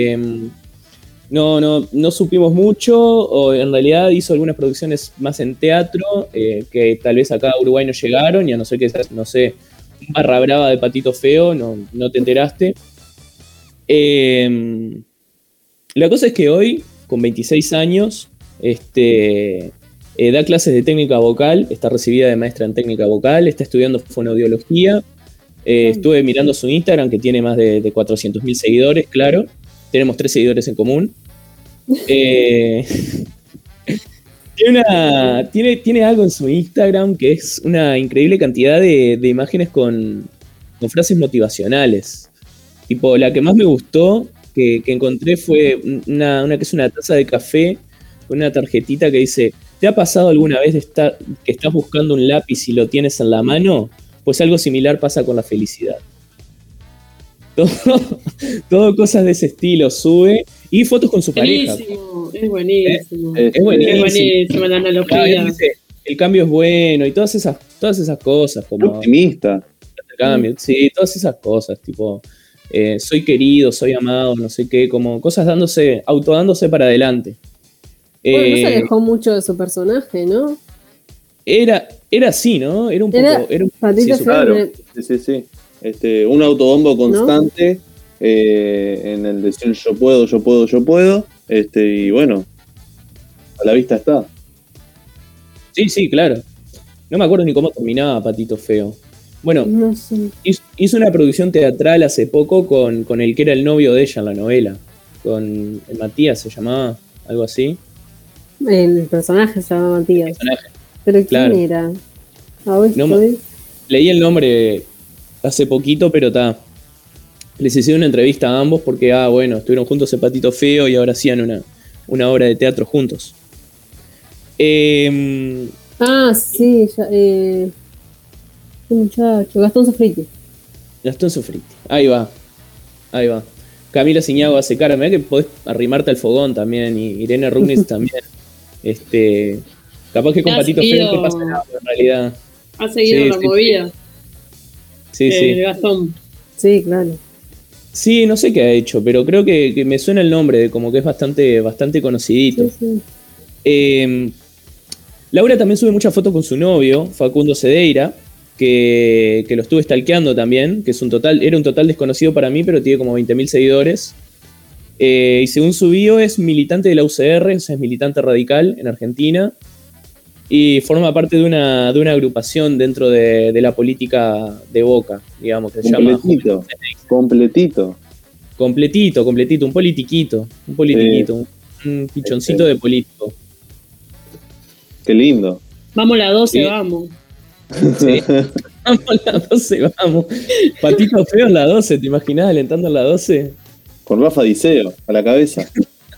No supimos mucho, o en realidad hizo algunas producciones más en teatro, que tal vez acá a Uruguay no llegaron, y a no ser que seas, no sé, barra brava de Patito Feo, no te enteraste. La cosa es que hoy, con 26 años, da clases de técnica vocal, está recibida de maestra en técnica vocal, está estudiando fonoaudiología. Estuve mirando su Instagram, que tiene más de 400.000 seguidores, claro. Tenemos 3 seguidores en común. Tiene algo en su Instagram que es una increíble cantidad de imágenes con frases motivacionales. Tipo, la que más me gustó que encontré fue una que es una taza de café con una tarjetita que dice: ¿te ha pasado alguna vez que estás buscando un lápiz y lo tienes en la mano? Pues algo similar pasa con la felicidad. Todo cosas de ese estilo sube. Y fotos con su pareja. Es buenísimo. Es buenísimo la analogía. Dice, el cambio es bueno y todas esas cosas. Como optimista. Cambio, sí, todas esas cosas. Tipo, soy querido, soy amado, no sé qué. Como cosas autodándose para adelante. Bueno, no se alejó mucho de su personaje, ¿no? Era así, ¿no? Era un poco. Claro. Sí. Un autobombo constante, ¿no? En el decir yo puedo. Y bueno, a la vista está. Sí, claro. No me acuerdo ni cómo terminaba Patito Feo. Bueno, no sé. Hizo una producción teatral hace poco con el que era el novio de ella en la novela. Con Matías se llamaba, algo así. El personaje se llama Matías. ¿Pero quién era? Leí el nombre hace poquito, pero les hice una entrevista a ambos porque, estuvieron juntos en Patito Feo y ahora hacían una obra de teatro juntos. Sí, muchacho, Gastón Sofriti. Ahí va. Camila Ciñago hace cara, mirá que podés arrimarte al fogón también, y Irene Rugnis también. Capaz que con Patito Feo no pasa nada, en realidad. Ha seguido la movida. Sí. Gastón. Sí, claro. Sí, no sé qué ha hecho, pero creo que me suena el nombre, como que es bastante conocidito. Sí. Laura también sube muchas fotos con su novio, Facundo Cedeira, que lo estuve stalkeando también, que era un total desconocido para mí, pero tiene como 20.000 seguidores. Y según su bio es militante de la UCR, o sea, es militante radical en Argentina, y forma parte de una agrupación dentro de la política de Boca, digamos, que se llama... Completito. Un politiquito, un pichoncito de político. Qué lindo. Vamos la 12, vamos. Sí. Vamos la 12, vamos. Patito Feo en la 12, ¿te imaginás alentando en la 12? Con Rafa Diceo a la cabeza.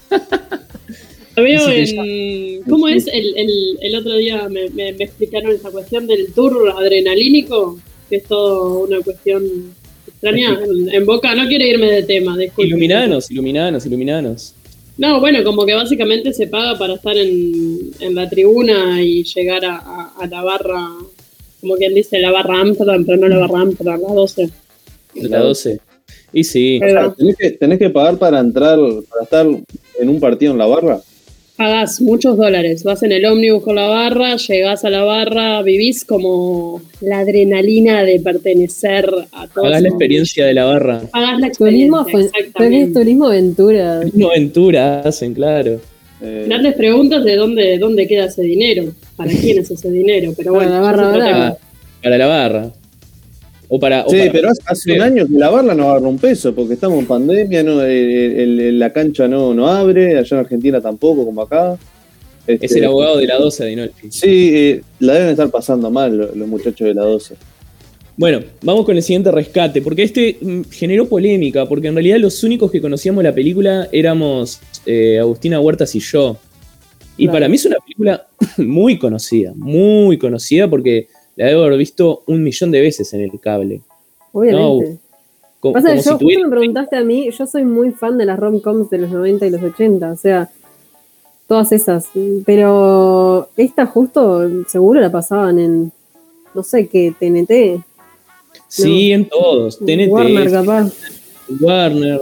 Lo veo ¿cómo es? El otro día me explicaron esa cuestión del tour adrenalínico, que es todo una cuestión extraña. En Boca, no quiero irme de tema, disculpe. Iluminanos. No, bueno, como que básicamente se paga para estar en la tribuna y llegar a la barra, como quien dice, la barra Amsterdam, pero no la barra Amsterdam, la 12. La 12. Y sí. O sea, ¿tenés que pagar para entrar, para estar en un partido en la barra? Pagás muchos dólares, vas en el ómnibus con la barra, llegás a la barra, vivís como la adrenalina de pertenecer a todos. Pagás la experiencia de la barra. Pagás la experiencia, exactamente. Turismo aventura. Turismo aventura hacen, claro. Darles preguntas de dónde queda ese dinero, para quién es ese dinero, pero bueno. Para la barra. Para la barra. Pero hace un año que lavarla no agarra un peso, porque estamos en pandemia, no, la cancha no abre, allá en Argentina tampoco, como acá. Es el abogado de la 12, Dinolfi. Sí, la deben estar pasando mal los muchachos de la 12. Bueno, vamos con el siguiente rescate, porque este generó polémica, porque en realidad los únicos que conocíamos la película éramos Agustina Huertas y yo. Y claro, para mí es una película muy conocida porque la debo haber visto 1.000.000 de veces en el cable. Obviamente. ¿No? Pasa que justo me preguntaste a mí, yo soy muy fan de las rom-coms de los 90 y los 80, o sea, todas esas. Pero esta justo seguro la pasaban en, no sé qué, TNT. Sí, en todos. TNT. Warner, capaz. Warner.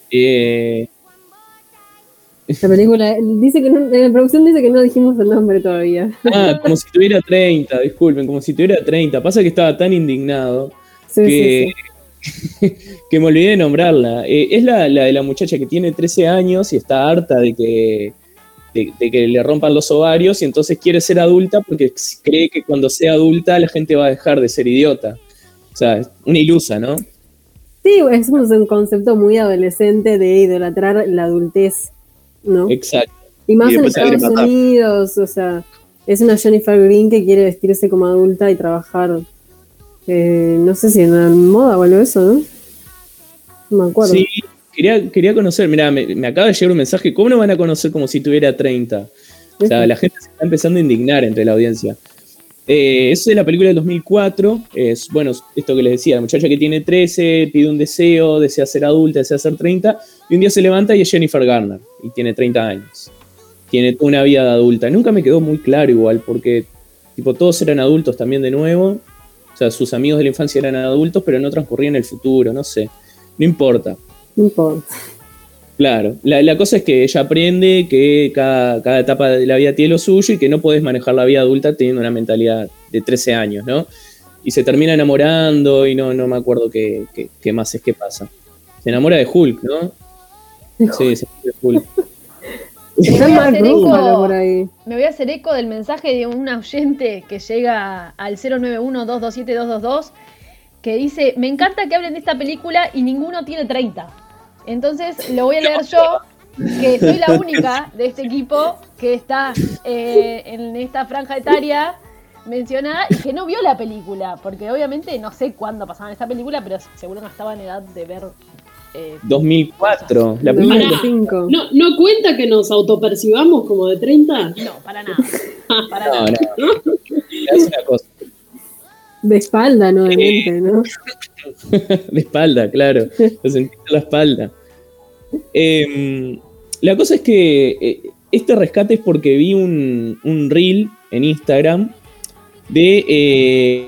La película dice que en la producción dice que no dijimos el nombre todavía. Como si tuviera 30, disculpen, como si tuviera 30. Pasa que estaba tan indignado que me olvidé de nombrarla. Es la de la muchacha que tiene 13 años y está harta de que le rompan los ovarios y entonces quiere ser adulta porque cree que cuando sea adulta la gente va a dejar de ser idiota. O sea, es una ilusa, ¿no? Sí, es un concepto muy adolescente de idolatrar la adultez, ¿no? Exacto. Y más en Estados Unidos, o sea, es una Jennifer Green que quiere vestirse como adulta y trabajar, no sé si en la moda o algo de eso, ¿no? No me acuerdo. Sí, quería conocer, mirá, me acaba de llegar un mensaje, ¿cómo no van a conocer como si tuviera 30? O sea, la gente se está empezando a indignar entre la audiencia. Eso es la película del 2004, es, bueno, esto que les decía, la muchacha que tiene 13, pide un deseo, desea ser adulta, desea ser 30, y un día se levanta y es Jennifer Garner, y tiene 30 años. Tiene toda una vida de adulta. Nunca me quedó muy claro igual, porque tipo todos eran adultos también de nuevo, o sea, sus amigos de la infancia eran adultos, pero no transcurrían el futuro, no sé, no importa. No importa. Claro, la cosa es que ella aprende que cada etapa de la vida tiene lo suyo y que no podés manejar la vida adulta teniendo una mentalidad de 13 años, ¿no? Y se termina enamorando y no me acuerdo qué más es que pasa. Se enamora de Hulk, ¿no? Sí, se enamora de Hulk. Me voy a hacer eco del mensaje de un oyente que llega al 091-227-222 que dice, me encanta que hablen de esta película y ninguno tiene 30. Entonces lo voy a leer yo, que soy la única de este equipo que está en esta franja etaria mencionada y que no vio la película, porque obviamente no sé cuándo pasaban esta película, pero seguro no estaba en edad de ver 2004, la película. ¿No cuenta que nos autopercibamos como de 30? No, para nada. Para nada. Es una cosa. De espalda, nuevamente, ¿no? De espalda, claro. Lo sentí en la espalda. La cosa es que este rescate es porque vi un reel en Instagram de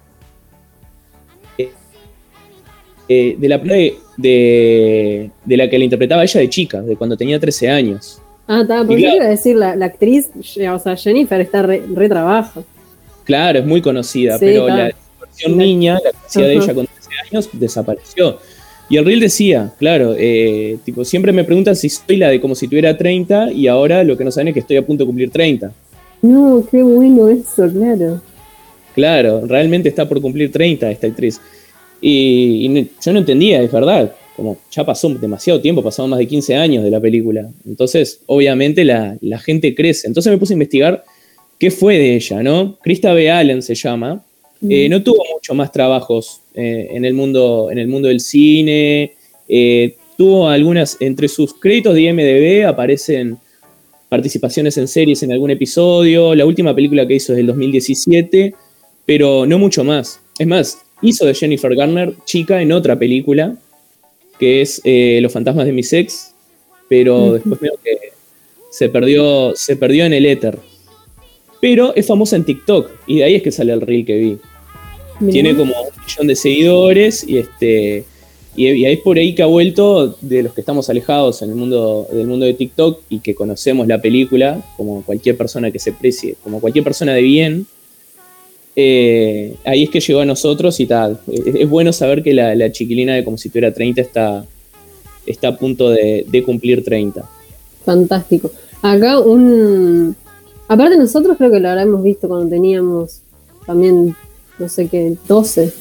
la la que la interpretaba ella de chica, de cuando tenía 13 años. Está, porque iba a decir, la actriz, o sea, Jennifer está re trabaja. Claro, es muy conocida, sí, pero la versión niña, la que hacía de ella con 13 años, desapareció. Y el reel decía, claro, tipo, siempre me preguntan si soy la de como si tuviera 30 y ahora lo que no saben es que estoy a punto de cumplir 30. No, qué bueno eso, claro. Claro, realmente está por cumplir 30 esta actriz. Y yo no entendía, es verdad, como ya pasó demasiado tiempo, pasaron más de 15 años de la película. Entonces, obviamente la gente crece. Entonces me puse a investigar qué fue de ella, ¿no? Krista B. Allen se llama. No tuvo mucho más trabajos en el mundo del cine. Tuvo algunas, entre sus créditos de IMDb aparecen participaciones en series en algún episodio. La última película que hizo es del 2017, pero no mucho más. Es más, hizo de Jennifer Garner chica en otra película, que es Los fantasmas de mi ex, pero después veo que se perdió en el éter. Pero es famosa en TikTok, y de ahí es que sale el reel que vi. Tiene como 1 millón de seguidores, y ahí es por ahí que ha vuelto, de los que estamos alejados en el mundo de TikTok, y que conocemos la película, como cualquier persona que se precie, como cualquier persona de bien, ahí es que llegó a nosotros y tal. Es bueno saber que la chiquilina de como si tuviera 30 está a punto de cumplir 30. Fantástico. Acá aparte nosotros creo que lo habremos visto cuando teníamos también, no sé qué, 12.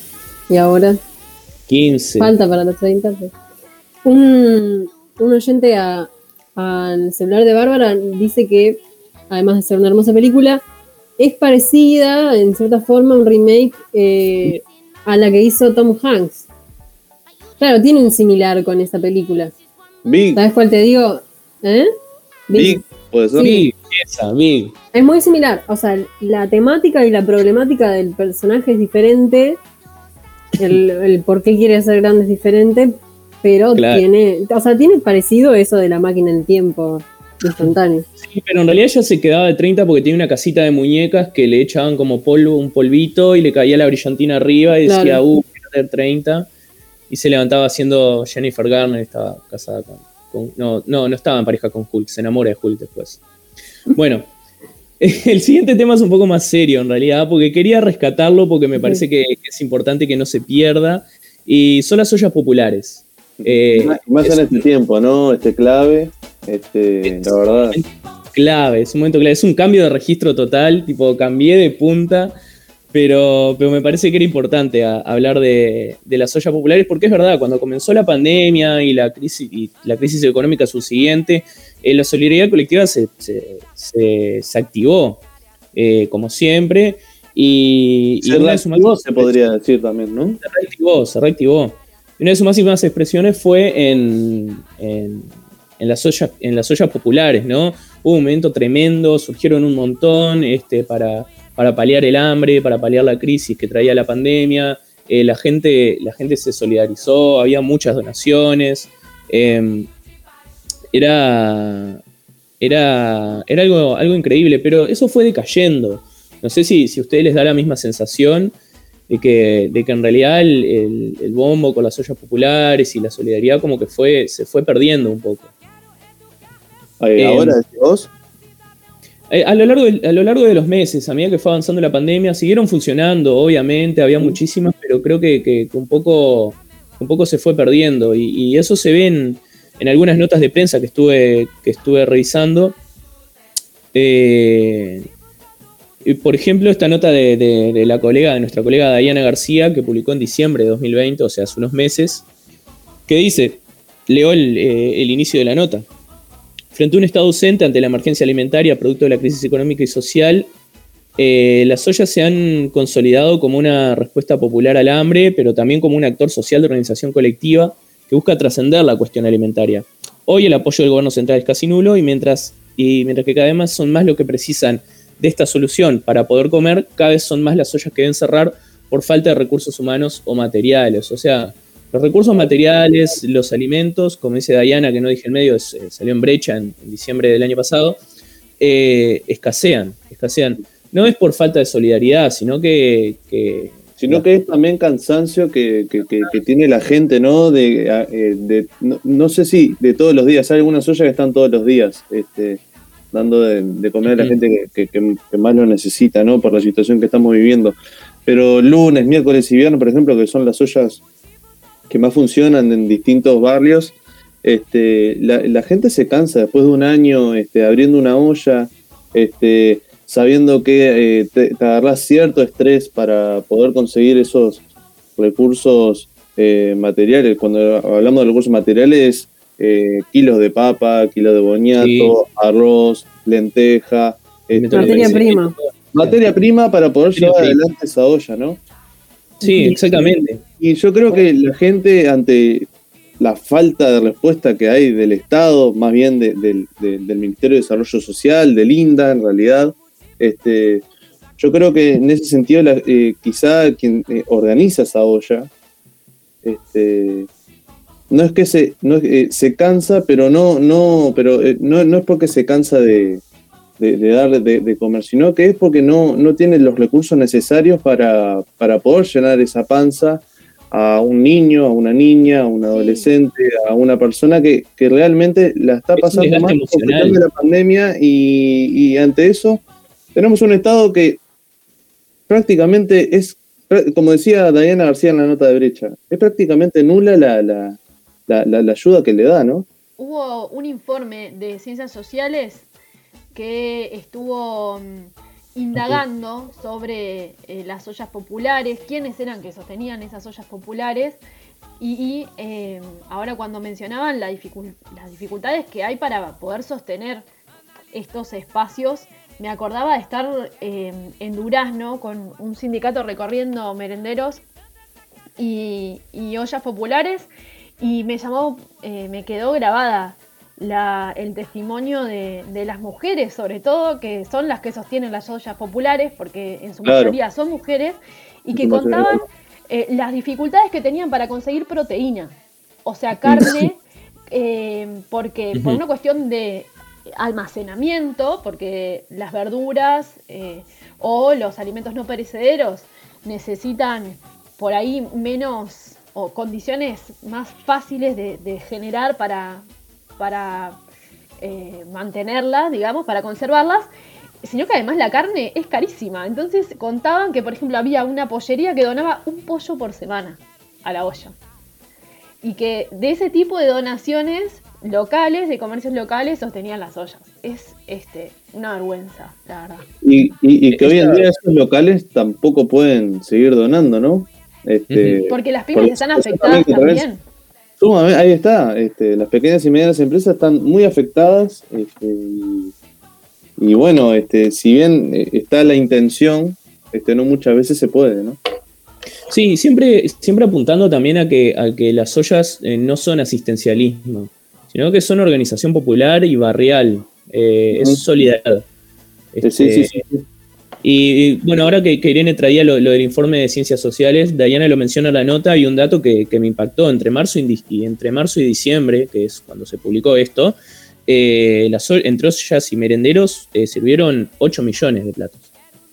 Y ahora 15. falta para los 30. Un oyente al celular de Bárbara dice que, además de ser una hermosa película, es parecida, en cierta forma, un remake a la que hizo Tom Hanks. Claro, tiene un similar con esa película. Big. ¿Sabes cuál te digo? Big, puede ser. Sí, esa, Big. Es muy similar, o sea, la temática y la problemática del personaje es diferente, el por qué quiere ser grande es diferente, pero Claro. tiene parecido eso de la máquina del tiempo instantáneo. Sí, pero en realidad ella se quedaba de 30 porque tenía una casita de muñecas que le echaban como polvo, un polvito, y le caía la brillantina arriba y decía, Claro. quiero tener 30. Y se levantaba siendo Jennifer Garner, estaba casada con no estaba en pareja con Hulk, se enamora de Hulk después. Bueno, el siguiente tema es un poco más serio en realidad, porque quería rescatarlo porque me parece que es importante que no se pierda, y son las ollas populares. Más en este tiempo, ¿no? Clave, la verdad. Clave, es un momento clave, es un cambio de registro total, tipo cambié de punta, pero me parece que era importante hablar de las ollas populares, porque es verdad, cuando comenzó la pandemia y la crisis económica subsiguiente, la solidaridad colectiva se activó, como siempre, y una de sus máximas se podría decir también, ¿no? Se reactivó. Y una de sus máximas expresiones fue en las ollas populares, ¿no? Hubo un momento tremendo, surgieron un montón para paliar el hambre, para paliar la crisis que traía la pandemia. La gente se solidarizó, había muchas donaciones. Era algo increíble, pero eso fue decayendo. No sé si a ustedes les da la misma sensación de que en realidad el bombo con las ollas populares y la solidaridad como que se fue perdiendo un poco. ¿Ahora decís vos? A lo largo de los meses, a medida que fue avanzando la pandemia, siguieron funcionando, obviamente, había muchísimas, pero creo que un poco se fue perdiendo. Y eso se ve en algunas notas de prensa que estuve revisando. Por ejemplo, esta nota de nuestra colega Diana García, que publicó en diciembre de 2020, o sea, hace unos meses, que dice, leo el inicio de la nota. Frente a un Estado ausente ante la emergencia alimentaria producto de la crisis económica y social, las ollas se han consolidado como una respuesta popular al hambre, pero también como un actor social de organización colectiva que busca trascender la cuestión alimentaria. Hoy el apoyo del gobierno central es casi nulo y mientras que cada vez más son más lo que precisan de esta solución para poder comer, cada vez son más las ollas que deben cerrar por falta de recursos humanos o materiales. O sea, los recursos materiales, los alimentos, como dice Diana, que no dije en medio, salió en brecha en diciembre del año pasado, escasean. No es por falta de solidaridad, sino que es también cansancio que tiene la gente, ¿no? No sé si de todos los días, hay algunas ollas que están todos los días dando de comer a la gente que más lo necesita, ¿no? Por la situación que estamos viviendo. Pero lunes, miércoles y viernes, por ejemplo, que son las ollas que más funcionan en distintos barrios, la gente se cansa después de un año abriendo una olla, sabiendo que te agarrás cierto estrés para poder conseguir esos recursos materiales. Cuando hablamos de recursos materiales, kilos de papa, kilos de boniato, sí, arroz, lenteja. Materia prima para poder llevar adelante esa olla, ¿no? Sí, exactamente. Y yo creo que la gente, ante la falta de respuesta que hay del Estado, más bien del Ministerio de Desarrollo Social, del INDA en realidad, yo creo que en ese sentido quizá quien organiza esa olla no es que se cansa, pero no es porque se cansa de dar de comer, sino que es porque no tiene los recursos necesarios para poder llenar esa panza a un niño, a una niña, a un adolescente, a una persona que realmente la está pasando mal por de la pandemia, y ante eso tenemos un Estado que prácticamente es, como decía Diana García en la nota de brecha, es prácticamente nula la ayuda que le da, ¿no? Hubo un informe de Ciencias Sociales que estuvo indagando sobre las ollas populares, quiénes eran que sostenían esas ollas populares y ahora cuando mencionaban las dificultades que hay para poder sostener estos espacios, me acordaba de estar en Durazno con un sindicato recorriendo merenderos y ollas populares y me quedó grabada el testimonio de las mujeres, sobre todo, que son las que sostienen las ollas populares, porque en su mayoría son mujeres, y que contaban las dificultades que tenían para conseguir proteína, o sea, carne, porque por una cuestión de almacenamiento, porque las verduras o los alimentos no perecederos necesitan por ahí menos o condiciones más fáciles de generar para mantenerlas, digamos, para conservarlas, sino que además la carne es carísima. Entonces contaban que, por ejemplo, había una pollería que donaba un pollo por semana a la olla. Y que de ese tipo de donaciones locales, de comercios locales, sostenían las ollas. Es una vergüenza, la verdad. Y que hoy en día esos locales tampoco pueden seguir donando, ¿no? Porque las pymes están afectadas también. Ahí está, las pequeñas y medianas empresas están muy afectadas, y bueno, si bien está la intención, no muchas veces se puede, ¿no? Sí, siempre apuntando también a que las ollas no son asistencialismo, sino que son organización popular y barrial, es solidaridad. Sí. Y bueno, ahora que Irene traía lo del informe de ciencias sociales, Diana lo menciona en la nota, y un dato que me impactó: entre marzo y diciembre, que es cuando se publicó esto, entre ollas y merenderos sirvieron 8 millones de platos.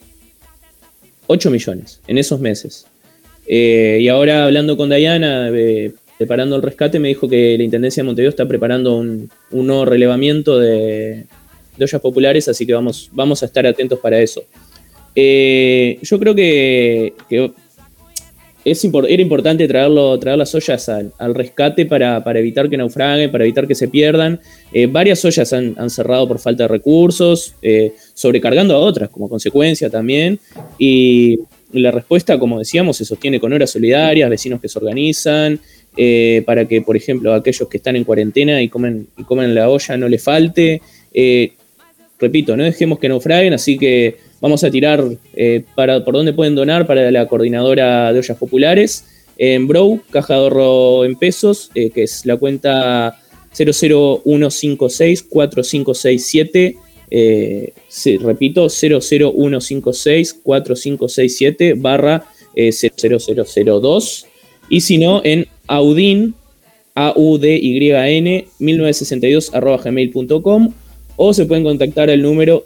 8 millones en esos meses. Y ahora, hablando con Diana, preparando el rescate, me dijo que la Intendencia de Montevideo está preparando un nuevo relevamiento de ollas populares, así que vamos a estar atentos para eso. Yo creo que era importante traer las ollas al rescate para evitar que naufraguen, para evitar que se pierdan. Varias ollas han cerrado por falta de recursos, sobrecargando a otras como consecuencia también. Y la respuesta, como decíamos, se sostiene con horas solidarias, vecinos que se organizan, para que, por ejemplo, aquellos que están en cuarentena y comen en la olla no les falte. Repito, no dejemos que naufraguen, así que vamos a tirar por dónde pueden donar para la coordinadora de ollas populares. En Brow, caja de ahorro en pesos, que es la cuenta 001564567. Repito, 001564567/00002. Y si no, en Audyn, AUDYN 1962@gmail.com. O se pueden contactar al número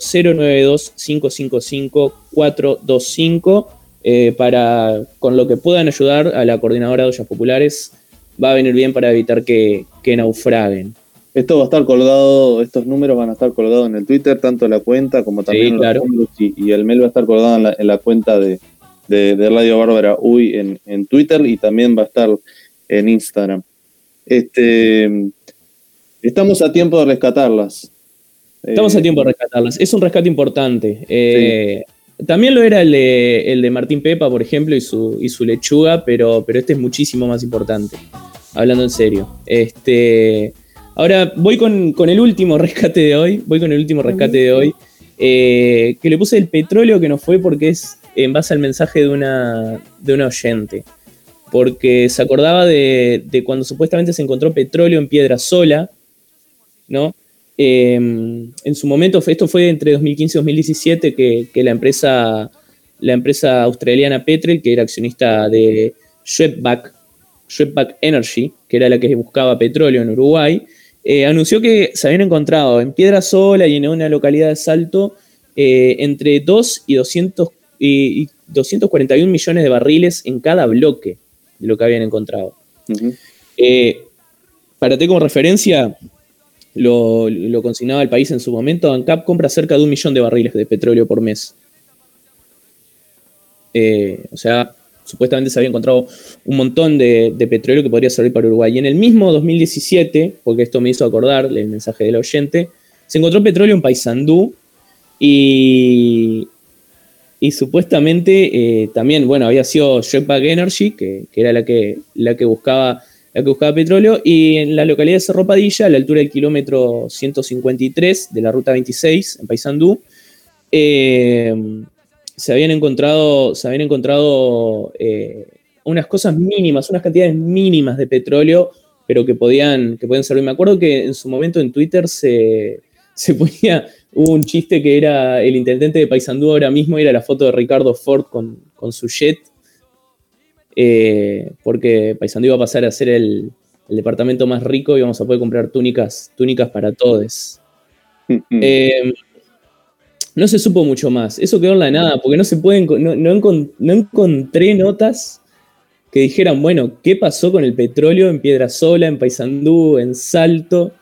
092-555-425 con lo que puedan ayudar a la coordinadora de ollas populares. Va a venir bien para evitar que naufraguen. Esto va a estar colgado, estos números van a estar colgados en el Twitter, tanto la cuenta como también los números, y el mail va a estar colgado en la cuenta de Radio Bárbara Uy en Twitter, y también va a estar en Instagram. Estamos a tiempo de rescatarlas. Estamos a tiempo de rescatarlas. Es un rescate importante. También lo era el de Martín Pepa, por ejemplo, y su lechuga, pero este es muchísimo más importante. Hablando en serio. Ahora voy con el último rescate de hoy. Que le puse el petróleo que nos fue porque es en base al mensaje de una oyente. Porque se acordaba de cuando supuestamente se encontró petróleo en Piedrasola, ¿no? En su momento, esto fue entre 2015 y 2017, que la empresa australiana Petrel, que era accionista de Swedbank Energy, que era la que buscaba petróleo en Uruguay, anunció que se habían encontrado en Piedrasola y en una localidad de Salto entre 2 y 241 millones de barriles en cada bloque de lo que habían encontrado. Uh-huh. Para tener como referencia, lo consignaba el país en su momento, ANCAP compra cerca de 1 millón de barriles de petróleo por mes. O sea, supuestamente se había encontrado un montón de petróleo que podría servir para Uruguay. Y en el mismo 2017, porque esto me hizo acordar el mensaje del oyente, se encontró petróleo en Paysandú y Y supuestamente también, bueno, había sido Jetpack Energy, que era la que buscaba petróleo, y en la localidad de Cerro Padilla, a la altura del kilómetro 153 de la ruta 26, en Paysandú, se habían encontrado unas cosas mínimas, unas cantidades mínimas de petróleo, pero que podían servir. Me acuerdo que en su momento en Twitter hubo un chiste que era el intendente de Paysandú ahora mismo, era la foto de Ricardo Ford con su jet, porque Paysandú iba a pasar a ser el departamento más rico y vamos a poder comprar túnicas para todos. No se supo mucho más, eso quedó en la nada, porque no encontré notas que dijeran, bueno, ¿qué pasó con el petróleo en Piedrasola, en Paysandú, en Salto?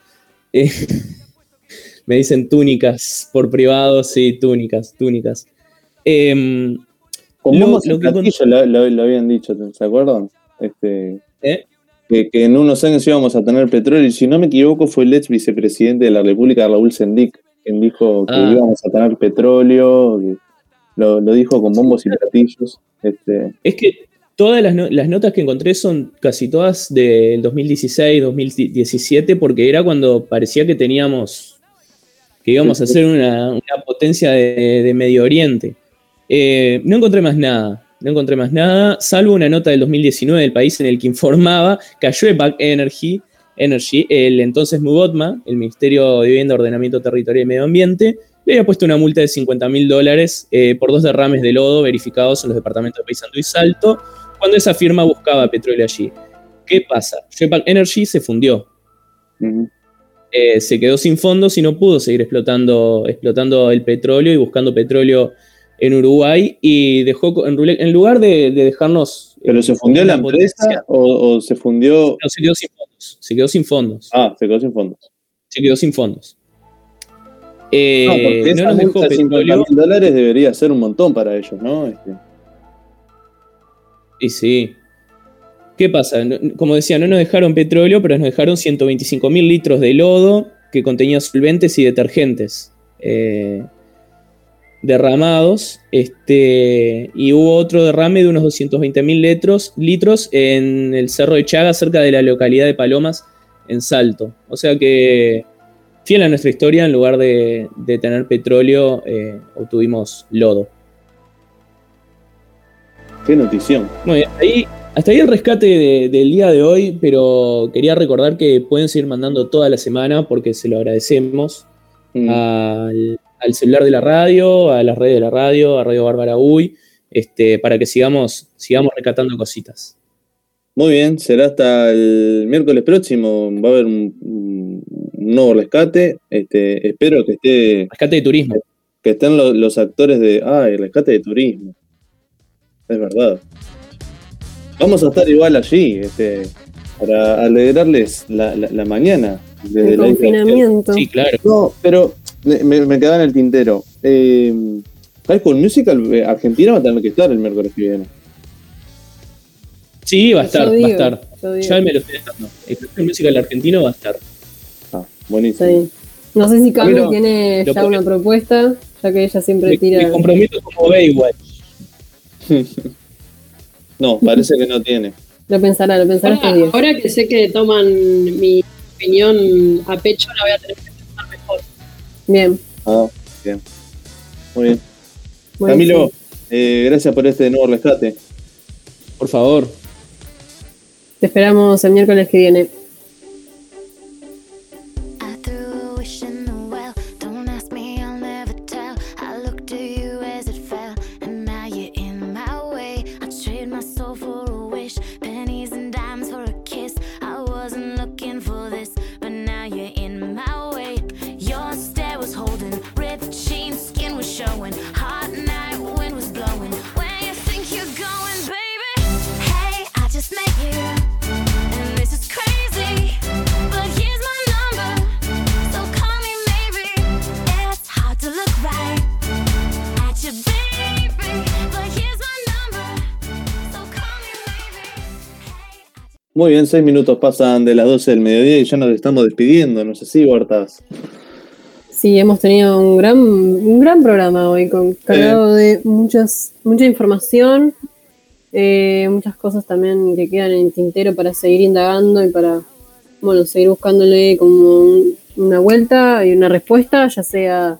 Me dicen túnicas por privado, sí, túnicas. Como lo habían dicho, ¿se acuerdan? Que en unos años íbamos a tener petróleo, y si no me equivoco fue el ex vicepresidente de la República, Raúl Sendic, quien dijo que íbamos a tener petróleo, lo dijo con bombos y platillos. Es que todas las notas que encontré son casi todas del 2016, 2017, porque era cuando parecía que íbamos a ser una potencia de Medio Oriente. No encontré más nada, salvo una nota del 2019 del País en el que informaba que a Jetpack Energy, el entonces MUBOTMA, el Ministerio de Vivienda, Ordenamiento Territorial y Medio Ambiente, le había puesto una multa de $50.000 por 2 derrames de lodo verificados en los departamentos de Paysandú y Salto, cuando esa firma buscaba petróleo allí. ¿Qué pasa? Jetpack Energy se fundió. Uh-huh. Se quedó sin fondos y no pudo seguir explotando el petróleo y buscando petróleo en Uruguay, y dejó, en lugar de dejarnos... ¿Pero se fundió la empresa o se fundió...? No, se quedó sin fondos. Ah, se quedó sin fondos. Se quedó sin fondos. Porque esa multa de $50.000 debería ser un montón para ellos, ¿no? Y sí. ¿Qué pasa? Como decía, no nos dejaron petróleo, pero nos dejaron 125.000 litros de lodo que contenía solventes y detergentes derramados, y hubo otro derrame de unos 220.000 litros en el Cerro de Chaga, cerca de la localidad de Palomas, en Salto. O sea que, fiel a nuestra historia, en lugar de tener petróleo, obtuvimos lodo. ¡Qué notición! Muy bien, hasta ahí el rescate del día de hoy, pero quería recordar que pueden seguir mandando toda la semana, porque se lo agradecemos al celular de la radio, a las redes de la radio, a Radio Bárbara Uy, para que sigamos rescatando cositas. Muy bien, será hasta el miércoles próximo. Va a haber un nuevo rescate. Espero que esté... Rescate de turismo. Que estén los actores el rescate de turismo. Es verdad. Vamos a estar igual allí, para alegrarles la mañana. Desde el confinamiento. Sí, claro. No, pero me quedaba en el tintero. High School Musical Argentina va a tener que estar el miércoles que viene. Sí, va a estar. Ya me lo estoy dejando. El High School Musical argentino va a estar. Buenísimo. Sí. No sé si Cami tiene ya una propuesta, ya que ella siempre tira... Me comprometo como Baywatch. No, parece que no tiene. Lo pensará estos días. Ahora que sé que toman mi opinión a pecho, la voy a tener que pensar mejor. Bien. Bien. Muy bien. Camilo, gracias por este nuevo rescate. Por favor. Te esperamos el miércoles que viene. Muy bien, 6 minutos pasan de las 12 del mediodía y ya nos estamos despidiendo, no sé si, Huertas. Sí, hemos tenido un gran programa hoy, cargado de mucha información, muchas cosas también que quedan en el tintero para seguir indagando y para, seguir buscándole como una vuelta y una respuesta, ya sea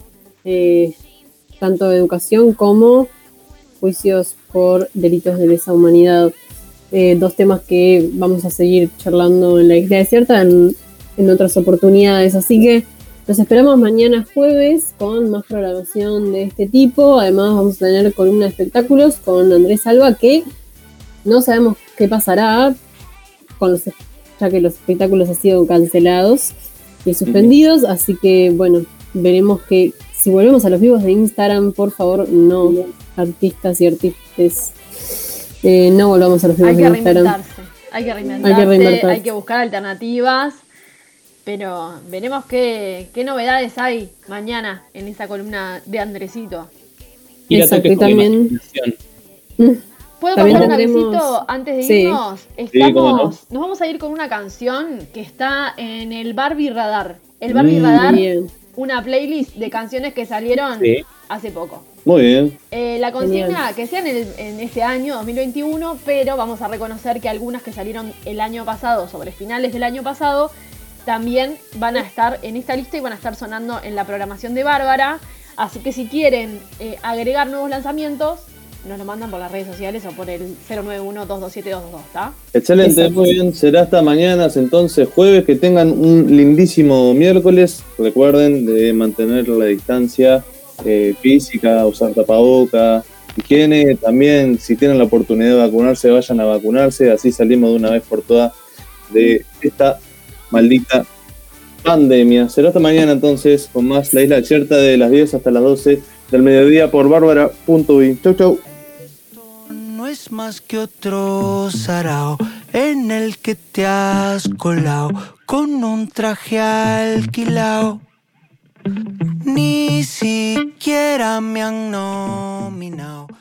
tanto de educación como juicios por delitos de lesa humanidad. Dos temas que vamos a seguir charlando en la Isla Desierta en otras oportunidades, así que los esperamos mañana jueves con más programación de este tipo. Además vamos a tener columna de espectáculos con Andrés Alba, que no sabemos qué pasará ya que los espectáculos han sido cancelados y suspendidos, así que veremos que si volvemos a los vivos de Instagram, por favor, no, artistas y artistas, no volvamos a los vivos de Instagram. Hay que reinventarse, hay que buscar alternativas. Pero veremos qué novedades hay mañana en esta columna de Andresito. Exacto, y también... ¿Puedo pasar un avisito antes de irnos? Nos vamos a ir con una canción que está en el Barbie Radar. El Barbie Radar, una playlist de canciones que salieron hace poco. Muy bien. La consigna que sea en este año, 2021, pero vamos a reconocer que algunas que salieron el año pasado, sobre finales del año pasado, también van a estar en esta lista y van a estar sonando en la programación de Bárbara. Así que si quieren agregar nuevos lanzamientos, nos lo mandan por las redes sociales o por el 091-227-222, ¿está? Excelente, exacto. Muy bien. Será hasta mañana, entonces jueves. Que tengan un lindísimo miércoles. Recuerden de mantener la distancia física, usar tapaboca, higiene. También, si tienen la oportunidad de vacunarse, vayan a vacunarse. Así salimos de una vez por todas de esta maldita pandemia. Será hasta mañana entonces con más La Isla Desierta de las 10 hasta las 12 del mediodía por bárbara.uy. Chau, chau. No es más que otro sarao en el que te has colado con un traje alquilao. Ni siquiera me han nominado.